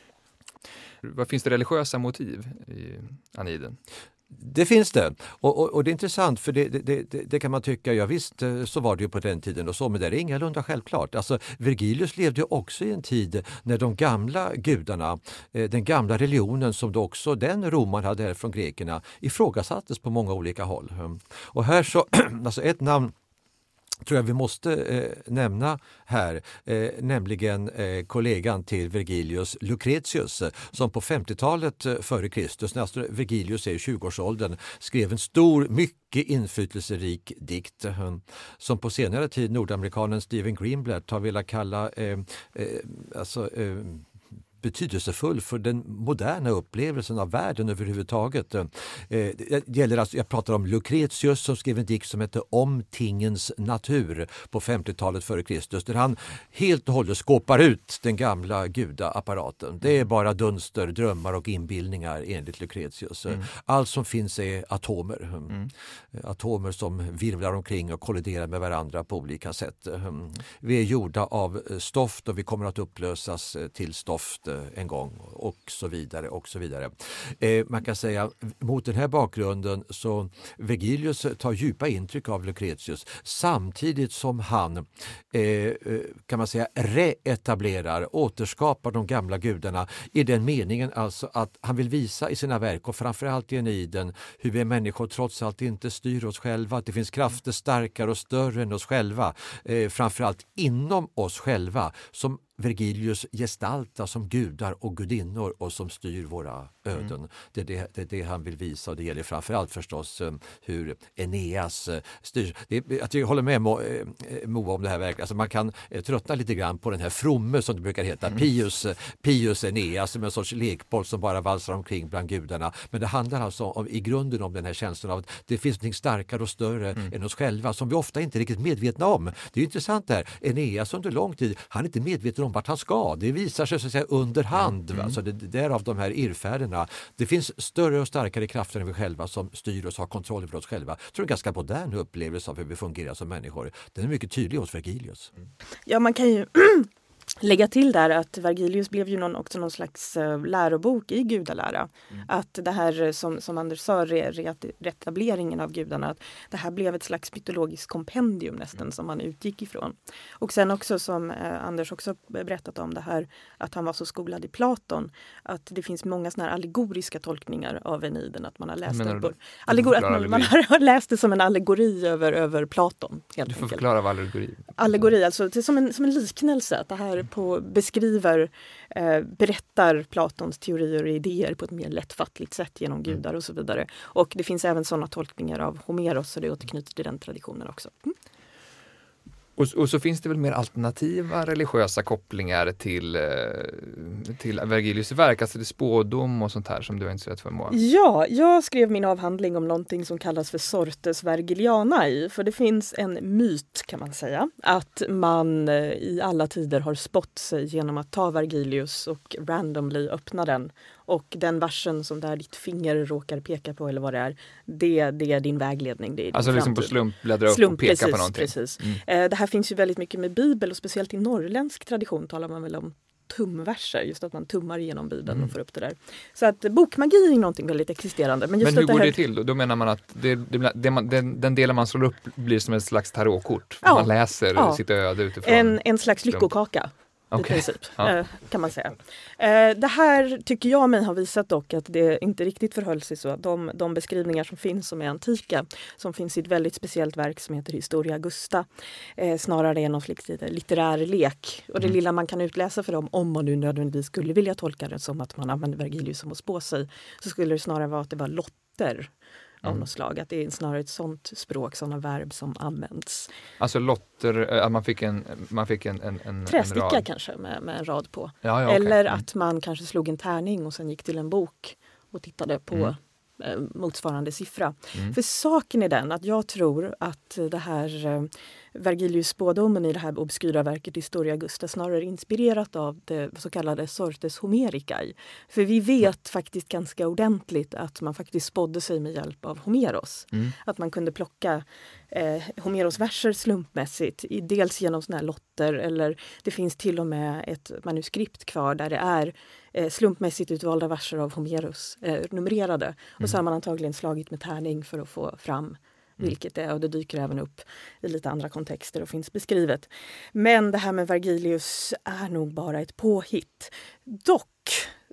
Vad finns det religiösa motiv i Aeneiden? Det finns det. Och, och, och det är intressant för det, det, det, det kan man tycka, ja visst så var det ju på den tiden och så, men det är ingalunda självklart. Alltså Vergilius levde också i en tid när de gamla gudarna, den gamla religionen som då också den roman hade här från grekerna ifrågasattes på många olika håll. Och här så, alltså ett namn tror jag vi måste eh, nämna här, eh, nämligen eh, kollegan till Vergilius, Lucretius, eh, som på femtiotalet eh, före Kristus, när alltså Vergilius är i tjugoårsåldern, skrev en stor, mycket inflytelserik dikt eh, som på senare tid nordamerikanen Stephen Greenblatt har velat kalla eh, eh, alltså, eh, betydelsefull för den moderna upplevelsen av världen överhuvudtaget. Eh, det gäller alltså, jag pratar om Lucretius som skrev en dikt som heter Om tingens natur på femtiotalet före Kristus, där han helt och hållet skåpar ut den gamla gudaapparaten. Det är bara dunster, drömmar och inbildningar enligt Lucretius. Mm. Allt som finns är atomer. Mm. Atomer som virvlar omkring och kolliderar med varandra på olika sätt. Vi är gjorda av stoft och vi kommer att upplösas till stoft en gång och så vidare och så vidare. Eh, man kan säga mot den här bakgrunden så Vergilius tar djupa intryck av Lucretius samtidigt som han eh, kan man säga reetablerar, återskapar de gamla gudarna i den meningen alltså att han vill visa i sina verk och framförallt i Aeneiden hur vi människor trots allt inte styr oss själva, att det finns krafter starkare och större än oss själva, eh, framförallt inom oss själva som Vergilius gestaltar som gudar och gudinnor och som styr våra öden. Mm. Det, är det, det är det han vill visa och det gäller framförallt förstås um, hur Aeneas uh, styrs. Det, att jag håller med Mo, eh, Moa om det här verkligen. Alltså man kan eh, tröttna lite grann på den här fromme som det brukar heta. Mm. Pius, uh, Pius Aeneas som en sorts lekboll som bara valsar omkring bland gudarna. Men det handlar alltså om, i grunden om den här känslan av att det finns något starkare och större mm. än oss själva som vi ofta inte är riktigt medvetna om. Det är intressant det här. Aeneas under lång tid, han är inte medveten om vart han ska. Det visar sig så att säga under hand. Mm. Alltså det, därav de här irrfärderna. Det finns större och starkare krafter än vi själva som styr oss och har kontroll över oss själva. Jag tror det är en ganska modern upplevelse av hur vi fungerar som människor. Den är mycket tydlig hos Vergilius. Mm. Ja, man kan ju lägga till där att Vergilius blev ju någon, också någon slags uh, lärobok i gudalära. Mm. Att det här som, som Anders sa, re, re, reetableringen av gudarna, att det här blev ett slags mytologiskt kompendium nästan mm. som man utgick ifrån. Och sen också som uh, Anders också berättat om det här, att han var så skolad i Platon, att det finns många såna här allegoriska tolkningar av Aeneiden, att man har läst det. På, allegor, att man, man har läst det som en allegori över, över Platon. Helt du får enkelt. Förklara vad allegori. Allegori, alltså det är som en, som en liknelse, att det här på beskriver, eh, berättar Platons teorier och idéer på ett mer lättfattligt sätt genom gudar och så vidare. Och det finns även sådana tolkningar av Homeros, så det återknyter till den traditionen också. Mm. Och, och så finns det väl mer alternativa religiösa kopplingar till, till Vergilius verk, alltså det är spådom och sånt här som du har intresserat för, Moa. Ja, jag skrev min avhandling om någonting som kallas för sortes Vergilianae, för det finns en myt kan man säga, att man i alla tider har spott sig genom att ta Vergilius och randomly öppna den. Och den versen som där ditt finger råkar peka på eller vad det är, det, det är din vägledning. Det är din alltså liksom på slump bläddra upp slump, och peka precis, på någonting. Precis. Mm. Det här finns ju väldigt mycket med Bibel och speciellt i norrländsk tradition talar man väl om tumverser, just att man tummar igenom Bibeln mm. och får upp det där. Så att bokmagi är någonting väldigt existerande. Men, just men hur att det går här... det till då? Då menar man att det, det, det man, den, den delen man slår upp blir som ett slags tarotkort. Ja. Man läser ja. sitt öde utifrån. En, en slags lyckokaka. okay. i princip, ja. kan man säga. Det här tycker jag mig har visat dock att det inte riktigt förhöll sig så. De, de beskrivningar som finns som är antika, som finns i ett väldigt speciellt verk som heter Historia Augusta, eh, snarare är någon slags litterär lek. Och det mm. lilla man kan utläsa för dem, om man nu nödvändigtvis skulle vilja tolka det som att man använder Vergilius som att spå sig, så skulle det snarare vara att det var lotter av mm. något slag. Att det är snarare ett sånt språk, sådana verb som används. Alltså lotter, att man fick en, man fick en, en, en Trästicka en rad. kanske med, med en rad på. Ja, ja, okay. Eller mm. att man kanske slog en tärning och sen gick till en bok och tittade på mm. eh, motsvarande siffra. Mm. För saken är den att jag tror att det här eh, Vergilius spådomen i det här obskyra verket Historia Augusta snarare är inspirerat av det så kallade Sortes Homericae. För vi vet mm. faktiskt ganska ordentligt att man faktiskt spådde sig med hjälp av Homeros. Mm. Att man kunde plocka eh, Homeros verser slumpmässigt, i, dels genom såna här lotter, eller det finns till och med ett manuskript kvar där det är eh, slumpmässigt utvalda verser av Homeros eh, numrerade. Mm. Och så har man antagligen slagit med tärning för att få fram Mm. vilket det är, och det dyker även upp i lite andra kontexter och finns beskrivet. Men det här med Vergilius är nog bara ett påhitt. Dock,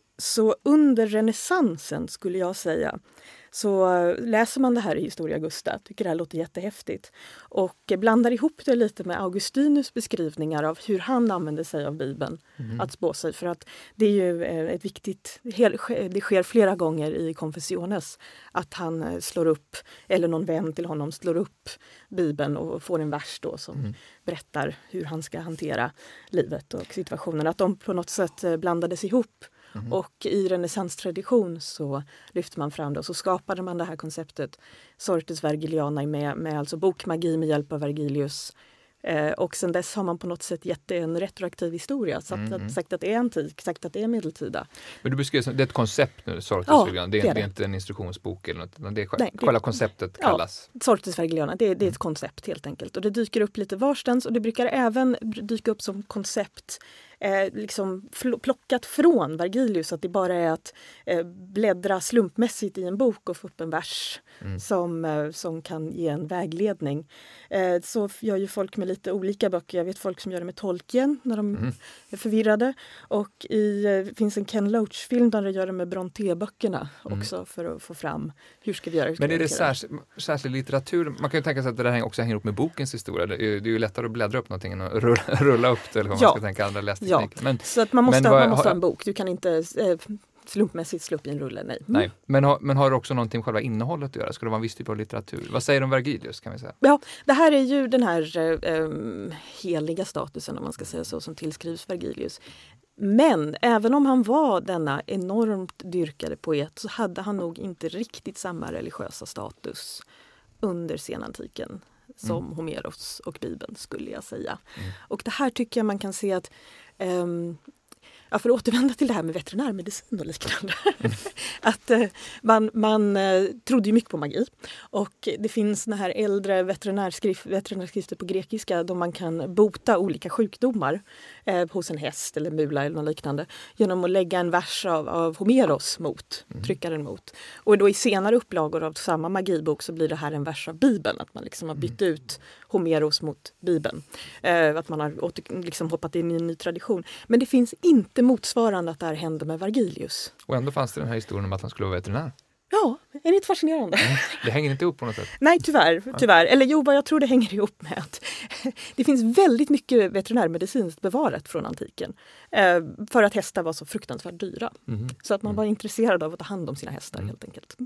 så under renässansen skulle jag säga, så läser man det här i Historia Augusta, tycker det här låter jättehäftigt, och blandar ihop det lite med Augustinus beskrivningar av hur han använder sig av Bibeln mm. att spå sig. För att det är ju ett viktigt, det sker flera gånger i Confessiones att han slår upp, eller någon vän till honom slår upp Bibeln och får en vers då som mm. berättar hur han ska hantera livet och situationen. Att de på något sätt blandades ihop. Mm. Och i renässanstradition så lyfte man fram det och så skapade man det här konceptet Sortes Vergilianae med, med alltså bokmagi med hjälp av Vergilius. Eh, och sen dess har man på något sätt gett det en retroaktiv historia. Sagt, mm. att, sagt att det är antik, sagt att det är medeltida. Men du beskriver det är ett koncept nu, Sortes ja, Vergilianae. Det, det, det är inte en instruktionsbok eller något, utan det är Nej, själva det, konceptet kallas. Ja, Sortes Vergilianae, det, det är ett koncept helt enkelt. Och det dyker upp lite varstans och det brukar även dyka upp som koncept Eh, liksom fl- plockat från Vergilius, att det bara är att eh, bläddra slumpmässigt i en bok och få upp en vers mm. som, eh, som kan ge en vägledning. Eh, så gör ju folk med lite olika böcker. Jag vet folk som gör det med Tolkien när de mm. är förvirrade. Och i, eh, finns en Ken Loach-film där de gör det med Brontë-böckerna mm. också för att få fram hur ska vi göra. Ska Men är det göra? Särskild, särskild litteratur? Man kan ju tänka sig att det där också hänger ihop med bokens historia. Det är, det är ju lättare att bläddra upp någonting än att rulla, rulla upp det, eller vad ja. man ska tänka andra lästeknik. Ja, men, så att man måste, men ha, vad, man måste har, ha en bok. Du kan inte eh, slumpmässigt slå upp i en rulle, nej. Mm. nej. Men, har, men har det också någonting med själva innehållet att göra? Ska det vara en viss typ av litteratur? Vad säger de om Vergilius, kan vi säga? Ja, det här är ju den här eh, heliga statusen, om man ska säga så, som tillskrivs Vergilius. Men även om han var denna enormt dyrkade poet så hade han nog inte riktigt samma religiösa status under senantiken som mm. Homeros och Bibeln, skulle jag säga. Mm. Och det här tycker jag man kan se att um, ja, för att återvända till det här med veterinärmedicin och liknande. Mm. att uh, man, man uh, trodde ju mycket på magi. Och det finns såna här äldre veterinärskrift, veterinärskrifter på grekiska då man kan bota olika sjukdomar eh, hos en häst eller mula eller något liknande genom att lägga en vers av, av Homeros mot, mm. trycka den mot. Och då i senare upplagor av samma magibok så blir det här en vers av Bibeln. Att man liksom har bytt mm. ut Homeros mot Bibeln. Eh, att man har åter, liksom hoppat in i en ny tradition. Men det finns inte motsvarande att det här hände med Vergilius. Och ändå fanns det den här historien om att han skulle vara veterinär. Ja, är det inte fascinerande? Mm. Det hänger inte ihop på något sätt. Nej, tyvärr. tyvärr. Eller jo, vad jag tror det hänger ihop med att det finns väldigt mycket veterinärmedicinskt bevarat från antiken. Eh, för att hästar var så fruktansvärt dyra. Mm. Så att man mm. var intresserad av att ta hand om sina hästar mm. helt enkelt.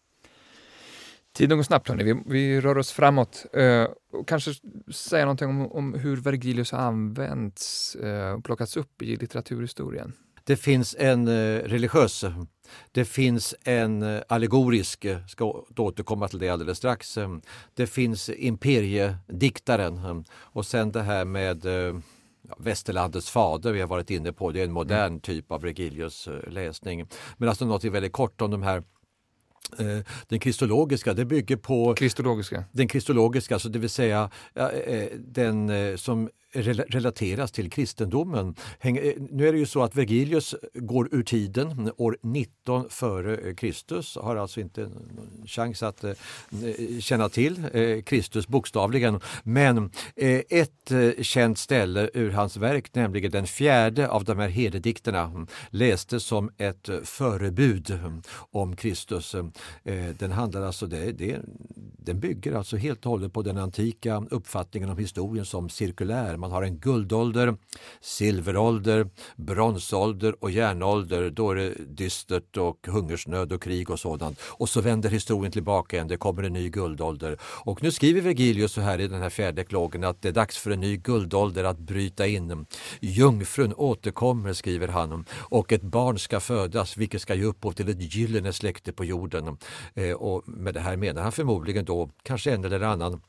Tiden går snabbt, hörni. Vi, vi rör oss framåt. Eh, och kanske säga någonting om, om hur Vergilius har använts eh, och plockats upp i litteraturhistorien. Det finns en eh, religiös, det finns en eh, allegorisk, eh, ska återkomma till det alldeles strax. Eh, det finns imperiediktaren eh, och sen det här med eh, ja, Västerlandets fader, vi har varit inne på, det är en modern mm. typ av Vergilius eh, läsning. Men alltså något väldigt kort om de här. Eh, den kristologiska, det bygger på kristologiska. Den kristologiska, alltså det vill säga eh, den eh, som relateras till kristendomen. Nu är det ju så att Vergilius går ur tiden år nitton före Kristus, har alltså inte en chans att känna till Kristus bokstavligen. Men ett känt ställe ur hans verk, nämligen den fjärde av de här herdedikterna, lästes som ett förebud om Kristus. Den handlar alltså, det, det, den bygger alltså helt och hållet på den antika uppfattningen om historien som cirkulär. Man har en guldålder, silverålder, bronsålder och järnålder. Då är det dystert och hungersnöd och krig och sådant. Och så vänder historien tillbaka igen. Det kommer en ny guldålder. Och nu skriver Vergilius så här i den här fjärde eklogen att det är dags för en ny guldålder att bryta in. Jungfrun återkommer, skriver han, och ett barn ska födas, vilket ska ge upphov till ett gyllene släkte på jorden. Eh, och med det här menar han förmodligen då kanske en eller annan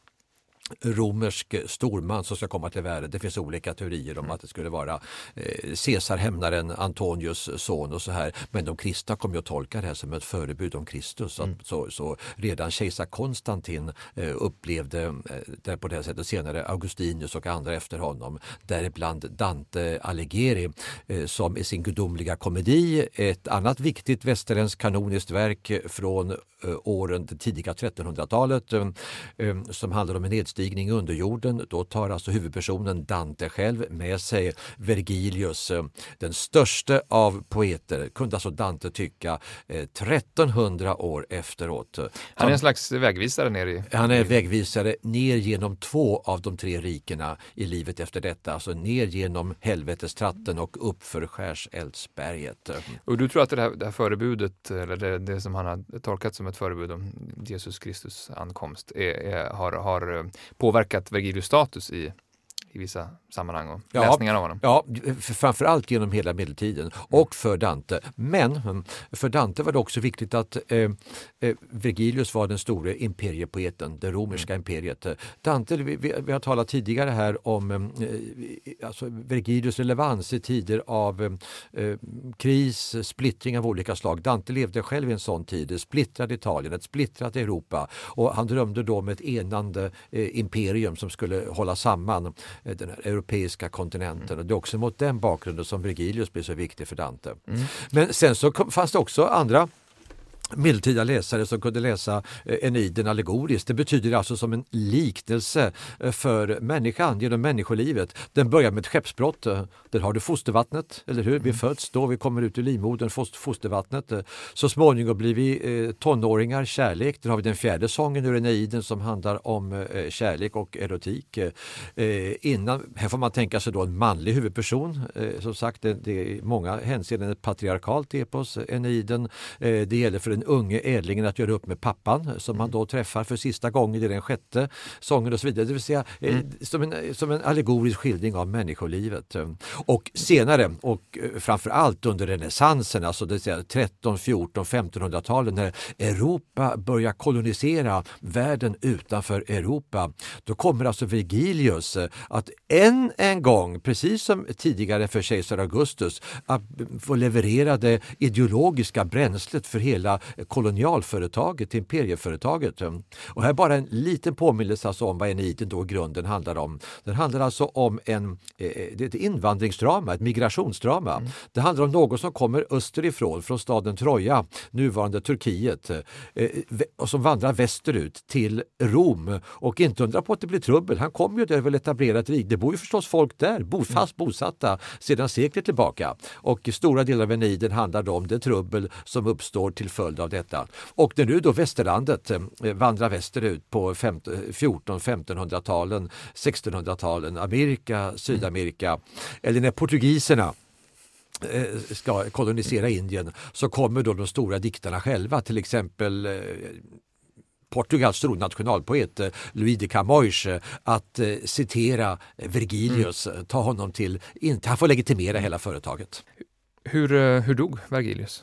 romersk storman som ska komma till världen. Det finns olika teorier om att det skulle vara eh, Caesar, hämnaren, Antonius son och så här. Men de kristna kommer ju att tolka det här som ett förebud om Kristus. Mm. Så, så redan kejsar Konstantin eh, upplevde eh, det på det här sättet. Senare Augustinus och andra efter honom. Däribland Dante Alighieri eh, som i sin gudomliga komedi, ett annat viktigt västerländskt kanoniskt verk från eh, åren det tidiga trettonhundratalet eh, eh, som handlar om en nedstigning under jorden. Då tar alltså huvudpersonen Dante själv med sig Vergilius, den största av poeter, kunde alltså Dante tycka trettonhundra år efteråt. Han är en slags vägvisare ner i... Han är vägvisare ner genom två av de tre rikena i livet efter detta. Alltså ner genom helvetestratten och upp för Skärseldsberget. Och du tror att det här, det här förebudet, eller det, det som han har tolkat som ett förebud om Jesus Kristus ankomst, är, är, har, har påverkat Vergilius status i, i vissa sammanhang och ja, läsningar av honom. Ja, framförallt genom hela medeltiden och för Dante. Men för Dante var det också viktigt att eh, Vergilius var den stora imperiepoeten, det romerska mm. imperiet. Dante, vi, vi, vi har talat tidigare här om eh, alltså Vergilius relevans i tider av eh, kris, splittring av olika slag. Dante levde själv i en sån tid, splittrad Italien, ett splittrat Europa, och han drömde då om ett enande eh, imperium som skulle hålla samman eh, den här europeiska kontinenten. Mm. Och det är också mot den bakgrunden som Vergilius blir så viktig för Dante. Mm. Men sen så kom, fanns det också andra medeltida läsare som kunde läsa Eneiden allegoriskt. Det betyder alltså som en liknelse för människan genom människolivet. Den börjar med ett skeppsbrott. Där har du fostervattnet, eller hur? Vi föds då, vi kommer ut ur livmodern, fostervattnet. Så småningom blir vi tonåringar, kärlek. Där har vi den fjärde sången ur Eneiden som handlar om kärlek och erotik. Innan, här får man tänka sig då en manlig huvudperson. Som sagt, det är i många hänseenden ett patriarkalt epos, Eneiden. Det gäller för den unge ädlingen att göra upp med pappan som man då träffar för sista gången i den sjätte sången och så vidare. Det vill säga mm. som, en, som en allegorisk skildring av människolivet. Och senare, och framförallt under renässansen, alltså det vill säga tretton, fjorton, femtonhundratalen, när Europa börjar kolonisera världen utanför Europa, då kommer alltså Vergilius att en en gång, precis som tidigare för kejsar Augustus, att få leverera det ideologiska bränslet för hela kolonialföretaget, imperieföretaget. Och här bara en liten påminnelse alltså om vad Eneiden då i grunden handlar om. Den handlar alltså om en, det är ett invandringsdrama, ett migrationsdrama. Mm. Det handlar om någon som kommer österifrån, från staden Troja, nuvarande Turkiet, och som vandrar västerut till Rom. Och inte undra på att det blir trubbel. Han kommer ju där väl etablerat rik. Det bor ju förstås folk där, bo fast bosatta sedan sekler tillbaka. Och stora delar av Eneiden handlar om det trubbel som uppstår till följd av detta. Och när nu då västerlandet eh, vandrar västerut på fjorton femtonhundratalen, sextonhundratalen, Amerika, Sydamerika, mm. eller när portugiserna eh, ska kolonisera Indien, så kommer då de stora diktarna själva, till exempel eh, Portugals stor nationalpoet Luís de Camões, att eh, citera Vergilius, mm. ta honom till, inte, han får legitimera hela företaget. Hur, hur dog Vergilius?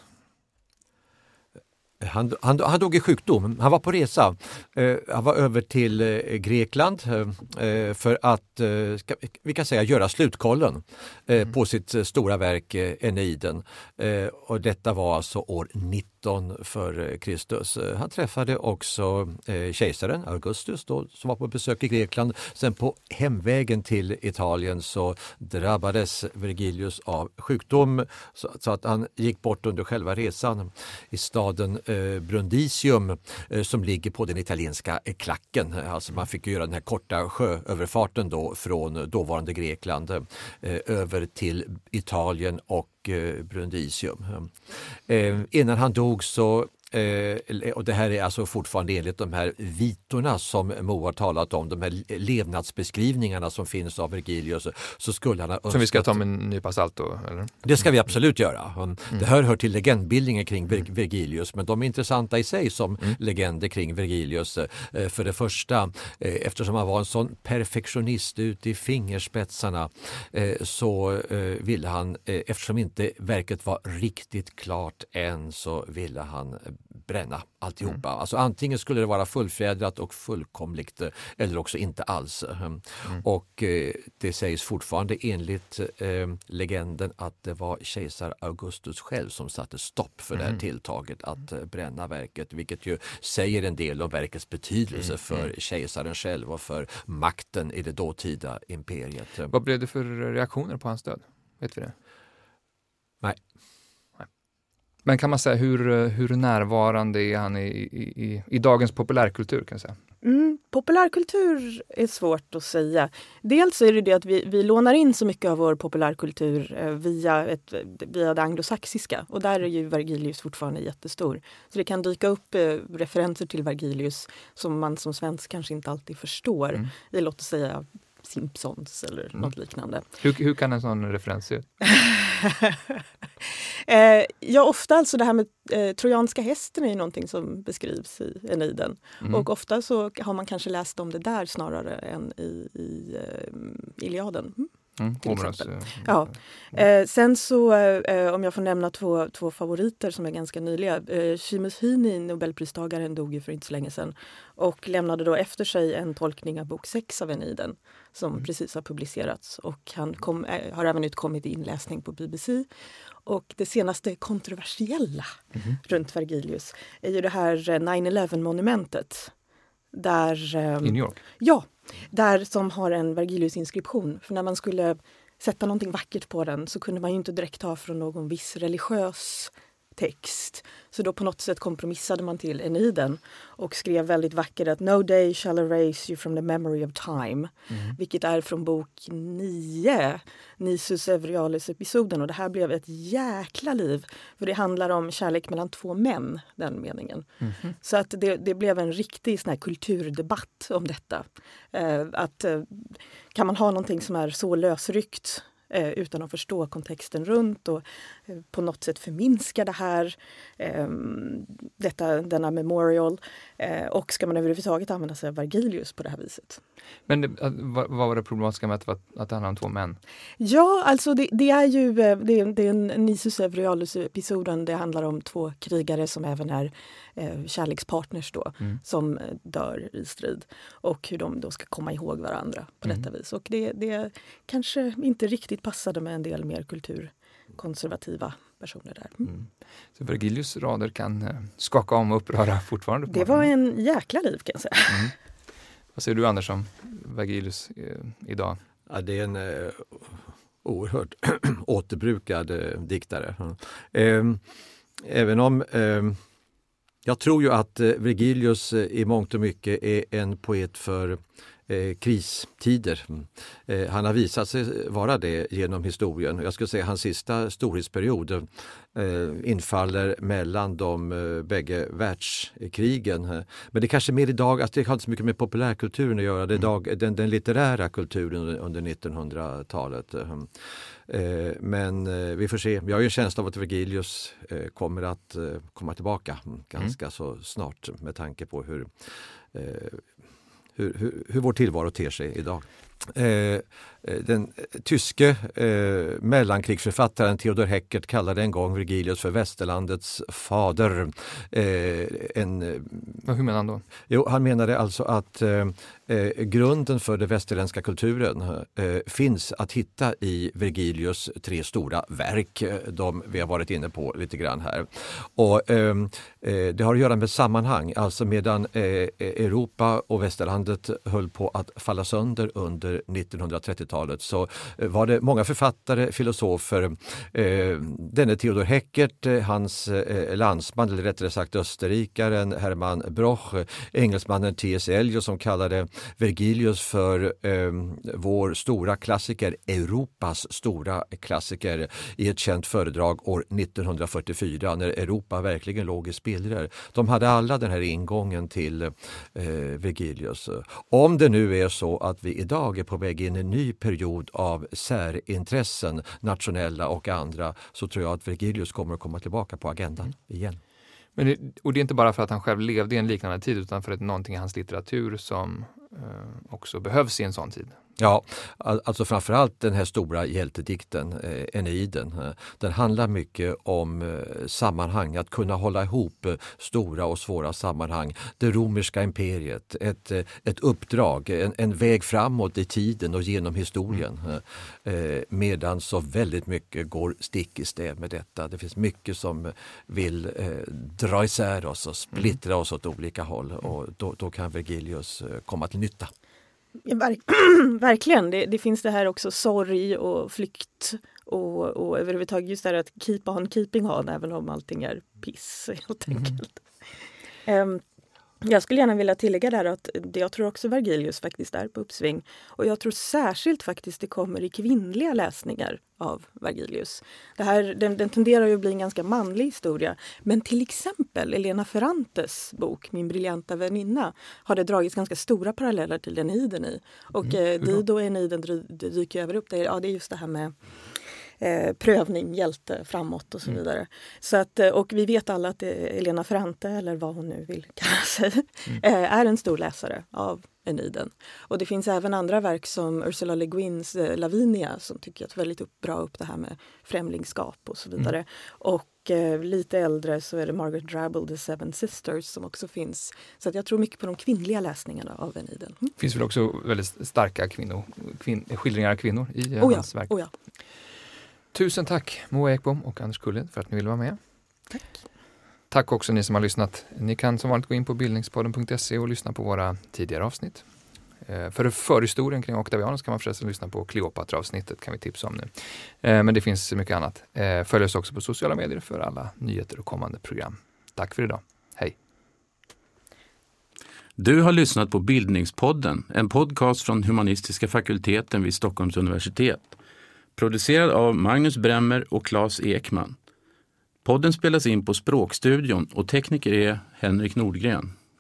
Han, han, han dog i sjukdom. Han var på resa. Eh, han var över till eh, Grekland eh, för att, eh, ska, vi kan säga, göra slutkollen eh, mm. på sitt eh, stora verk eh, Eneiden. Eh, och detta var alltså år nitton nitton före Kristus. Han träffade också eh, kejsaren Augustus då, som var på besök i Grekland. Sen på hemvägen till Italien så drabbades Vergilius av sjukdom så, så att han gick bort under själva resan i staden eh, Brundisium eh, som ligger på den italienska eh, klacken. Alltså man fick göra den här korta sjööverfarten då från dåvarande Grekland eh, över till Italien och eh, Brundisium. Eh, innan han dog så Eh, och det här är alltså fortfarande enligt de här vitorna som Mo har talat om, de här levnadsbeskrivningarna som finns av Vergilius, så skulle han ha önskat... Som vi ska ta med en nypa salt då, eller? Det ska vi absolut göra. Mm. Det här hör till legendbildningen kring Ver- Vergilius, men de är intressanta i sig som mm. legender kring Vergilius. Eh, för det första, eh, eftersom han var en sån perfektionist ut i fingerspetsarna eh, så eh, ville han, eh, eftersom inte verket var riktigt klart än, så ville han bränna alltihopa. Mm. Alltså antingen skulle det vara fullfjädrat och fullkomligt eller också inte alls. Mm. Och eh, det sägs fortfarande enligt eh, legenden att det var kejsar Augustus själv som satte stopp för mm. det här tilltaget att eh, bränna verket, vilket ju säger en del om verkets betydelse mm. för kejsaren själv och för makten i det dåtida imperiet. Vad blev det för reaktioner på hans död? Vet vi det? Nej. Men kan man säga hur, hur närvarande är han i, i, i, i dagens populärkultur, kan jag säga? Mm, populärkultur är svårt att säga. Dels är det det att vi, vi lånar in så mycket av vår populärkultur eh, via, ett, via det anglosaxiska. Och där är ju Vergilius fortfarande jättestor. Så det kan dyka upp eh, referenser till Vergilius som man som svensk kanske inte alltid förstår. Mm. I, låt oss säga, Simpsons eller mm. något liknande. Hur, hur kan en sån referens se ut? eh, ja, ofta alltså det här med eh, trojanska hästen är ju någonting som beskrivs i Eneiden. Mm. Och ofta så har man kanske läst om det där snarare än i, i eh, Iliaden. Mm. Mm, till exempel. Ja. Eh, sen så, eh, om jag får nämna två, två favoriter som är ganska nyliga. Eh, Seamus Heaney, Nobelpristagaren, dog ju för inte så länge sedan. Och lämnade då efter sig en tolkning av bok sex av Eneiden som mm. precis har publicerats. Och han kom, eh, har även utkommit i inläsning på B B C. Och det senaste kontroversiella mm. runt Vergilius är ju det här nine eleven-monumentet. Där, eh, I New York? Ja, där som har en Vergilius-inskription. För när man skulle sätta någonting vackert på den så kunde man ju inte direkt ta från någon viss religiös text. Så då på något sätt kompromissade man till Eneiden och skrev väldigt vackert att no day shall erase you from the memory of time. Mm. Vilket är från bok nio, Nisus Euryalus-episoden. Och det här blev ett jäkla liv. För det handlar om kärlek mellan två män, den meningen. Mm. Så att det, det blev en riktig sån här kulturdebatt om detta. Eh, att eh, kan man ha någonting som är så lösryckt Eh, utan att förstå kontexten runt och eh, på något sätt förminska det här, eh, detta, denna memorial. Eh, och ska man överhuvudtaget använda sig av Vergilius på det här viset? Men det, vad, vad var det problematiska med att, att det handlar om två män? Ja, alltså det, det är ju det, det är en Nisus Euryalus-episoden. Det handlar om två krigare som även är eh, kärlekspartners då, mm. som dör i strid. Och hur de då ska komma ihåg varandra på mm. detta vis. Och det, det kanske inte riktigt passade med en del mer kulturkonservativa personer där. Mm. Mm. Så Vergilius rader kan skaka om och uppröra fortfarande? På det var en jäkla liv, kan jag säga. Mm. Vad säger du, Anders, om Vergilius eh, idag? Ja, det är en eh, oerhört återbrukad eh, diktare. Eh, även om eh, jag tror ju att eh, Vergilius eh, i mångt och mycket är en poet för Eh, kristider. Eh, han har visat sig vara det genom historien. Jag skulle säga att hans sista storhetsperiod eh, infaller mellan de eh, bägge världskrigen. Men det är kanske mer idag, att det har inte så mycket med populärkulturen att göra. Det är idag, den, den litterära kulturen under nittonhundratalet. Eh, men eh, vi får se. Jag har ju en känsla av att Vergilius eh, kommer att eh, komma tillbaka ganska mm. så snart med tanke på hur eh, Hur, hur, hur vår tillvaro ter sig idag. Eh, den tyske eh, mellankrigsförfattaren Theodor Heckert kallade en gång Vergilius för västerlandets fader. Eh, en, Hur menar han då? Jo, han menade alltså att eh, grunden för den västerländska kulturen eh, finns att hitta i Vergilius tre stora verk, de vi har varit inne på lite grann här. Och eh, det har att göra med sammanhang, alltså medan eh, Europa och västerlandet höll på att falla sönder under nittonhundratrettiotalet så var det många författare, filosofer, eh, denne Theodor Heckert, eh, hans eh, landsman, eller rättare sagt österrikaren Hermann Broch, engelsmannen T S Eliot som kallade Vergilius för eh, vår stora klassiker, Europas stora klassiker, i ett känt föredrag år nittonhundrafyrtiofyra när Europa verkligen låg i spillror. De hade alla den här ingången till eh, Vergilius. Om det nu är så att vi idag är på väg in i en ny period av särintressen, nationella och andra, så tror jag att Vergilius kommer att komma tillbaka på agendan igen. Men det, och det är inte bara för att han själv levde i en liknande tid utan för att det är någonting i hans litteratur som eh, också behövs i en sån tid. Ja, alltså framförallt den här stora hjältedikten, eh, Eneiden, eh, den handlar mycket om eh, sammanhang, att kunna hålla ihop eh, stora och svåra sammanhang. Det romerska imperiet, ett, eh, ett uppdrag, en, en väg framåt i tiden och genom historien. Eh, medan så väldigt mycket går stick i stäv med detta. Det finns mycket som vill eh, dra isär oss och splittra oss åt olika håll och då, då kan Vergilius eh, komma till nytta. Ja, verk verkligen. Det, det finns det här också sorg och flykt och, och överhuvudtaget just det här att keep on keeping on även om allting är piss helt enkelt. Mm. Um, jag skulle gärna vilja tillägga där att jag tror också Vergilius faktiskt är på uppsving. Och jag tror särskilt faktiskt det kommer i kvinnliga läsningar av Vergilius. Det här, den, den tenderar ju att bli en ganska manlig historia. Men till exempel Elena Ferrantes bok Min briljanta väninna har det dragits ganska stora paralleller till Eneiden i. Och mm. eh, Dido och Eneiden dyker över upp. Det är, ja, det är just det här med Eh, prövning, hjälte, framåt och så mm. vidare. Så att, och vi vet alla att Elena Ferrante, eller vad hon nu vill kalla sig, mm. eh, är en stor läsare av Eneiden. Och det finns även andra verk som Ursula Le Guins eh, Lavinia som tycker att väldigt upp, bra upp det här med främlingskap och så vidare. Mm. Och eh, lite äldre så är det Margaret Drabble, The Seven Sisters som också finns. Så att jag tror mycket på de kvinnliga läsningarna av Eneiden. Mm. Det finns väl också väldigt starka kvinnor, kvin, skildringar av kvinnor i eh, oh ja, hans verk. Oh ja. Tusen tack Moa Ekbom och Anders Kulled för att ni ville vara med. Tack. Tack också ni som har lyssnat. Ni kan som vanligt gå in på bildningspodden punkt se och lyssna på våra tidigare avsnitt. Eh, för förhistorien kring Octavianus kan man förresten lyssna på Kleopatra-avsnittet kan vi tipsa om nu. Eh, men det finns mycket annat. Eh, följ oss också på sociala medier för alla nyheter och kommande program. Tack för idag. Hej! Du har lyssnat på Bildningspodden, en podcast från Humanistiska fakulteten vid Stockholms universitet. Producerad av Magnus Bremmer och Claes Ekman. Podden spelas in på Språkstudion och tekniker är Henrik Nordgren.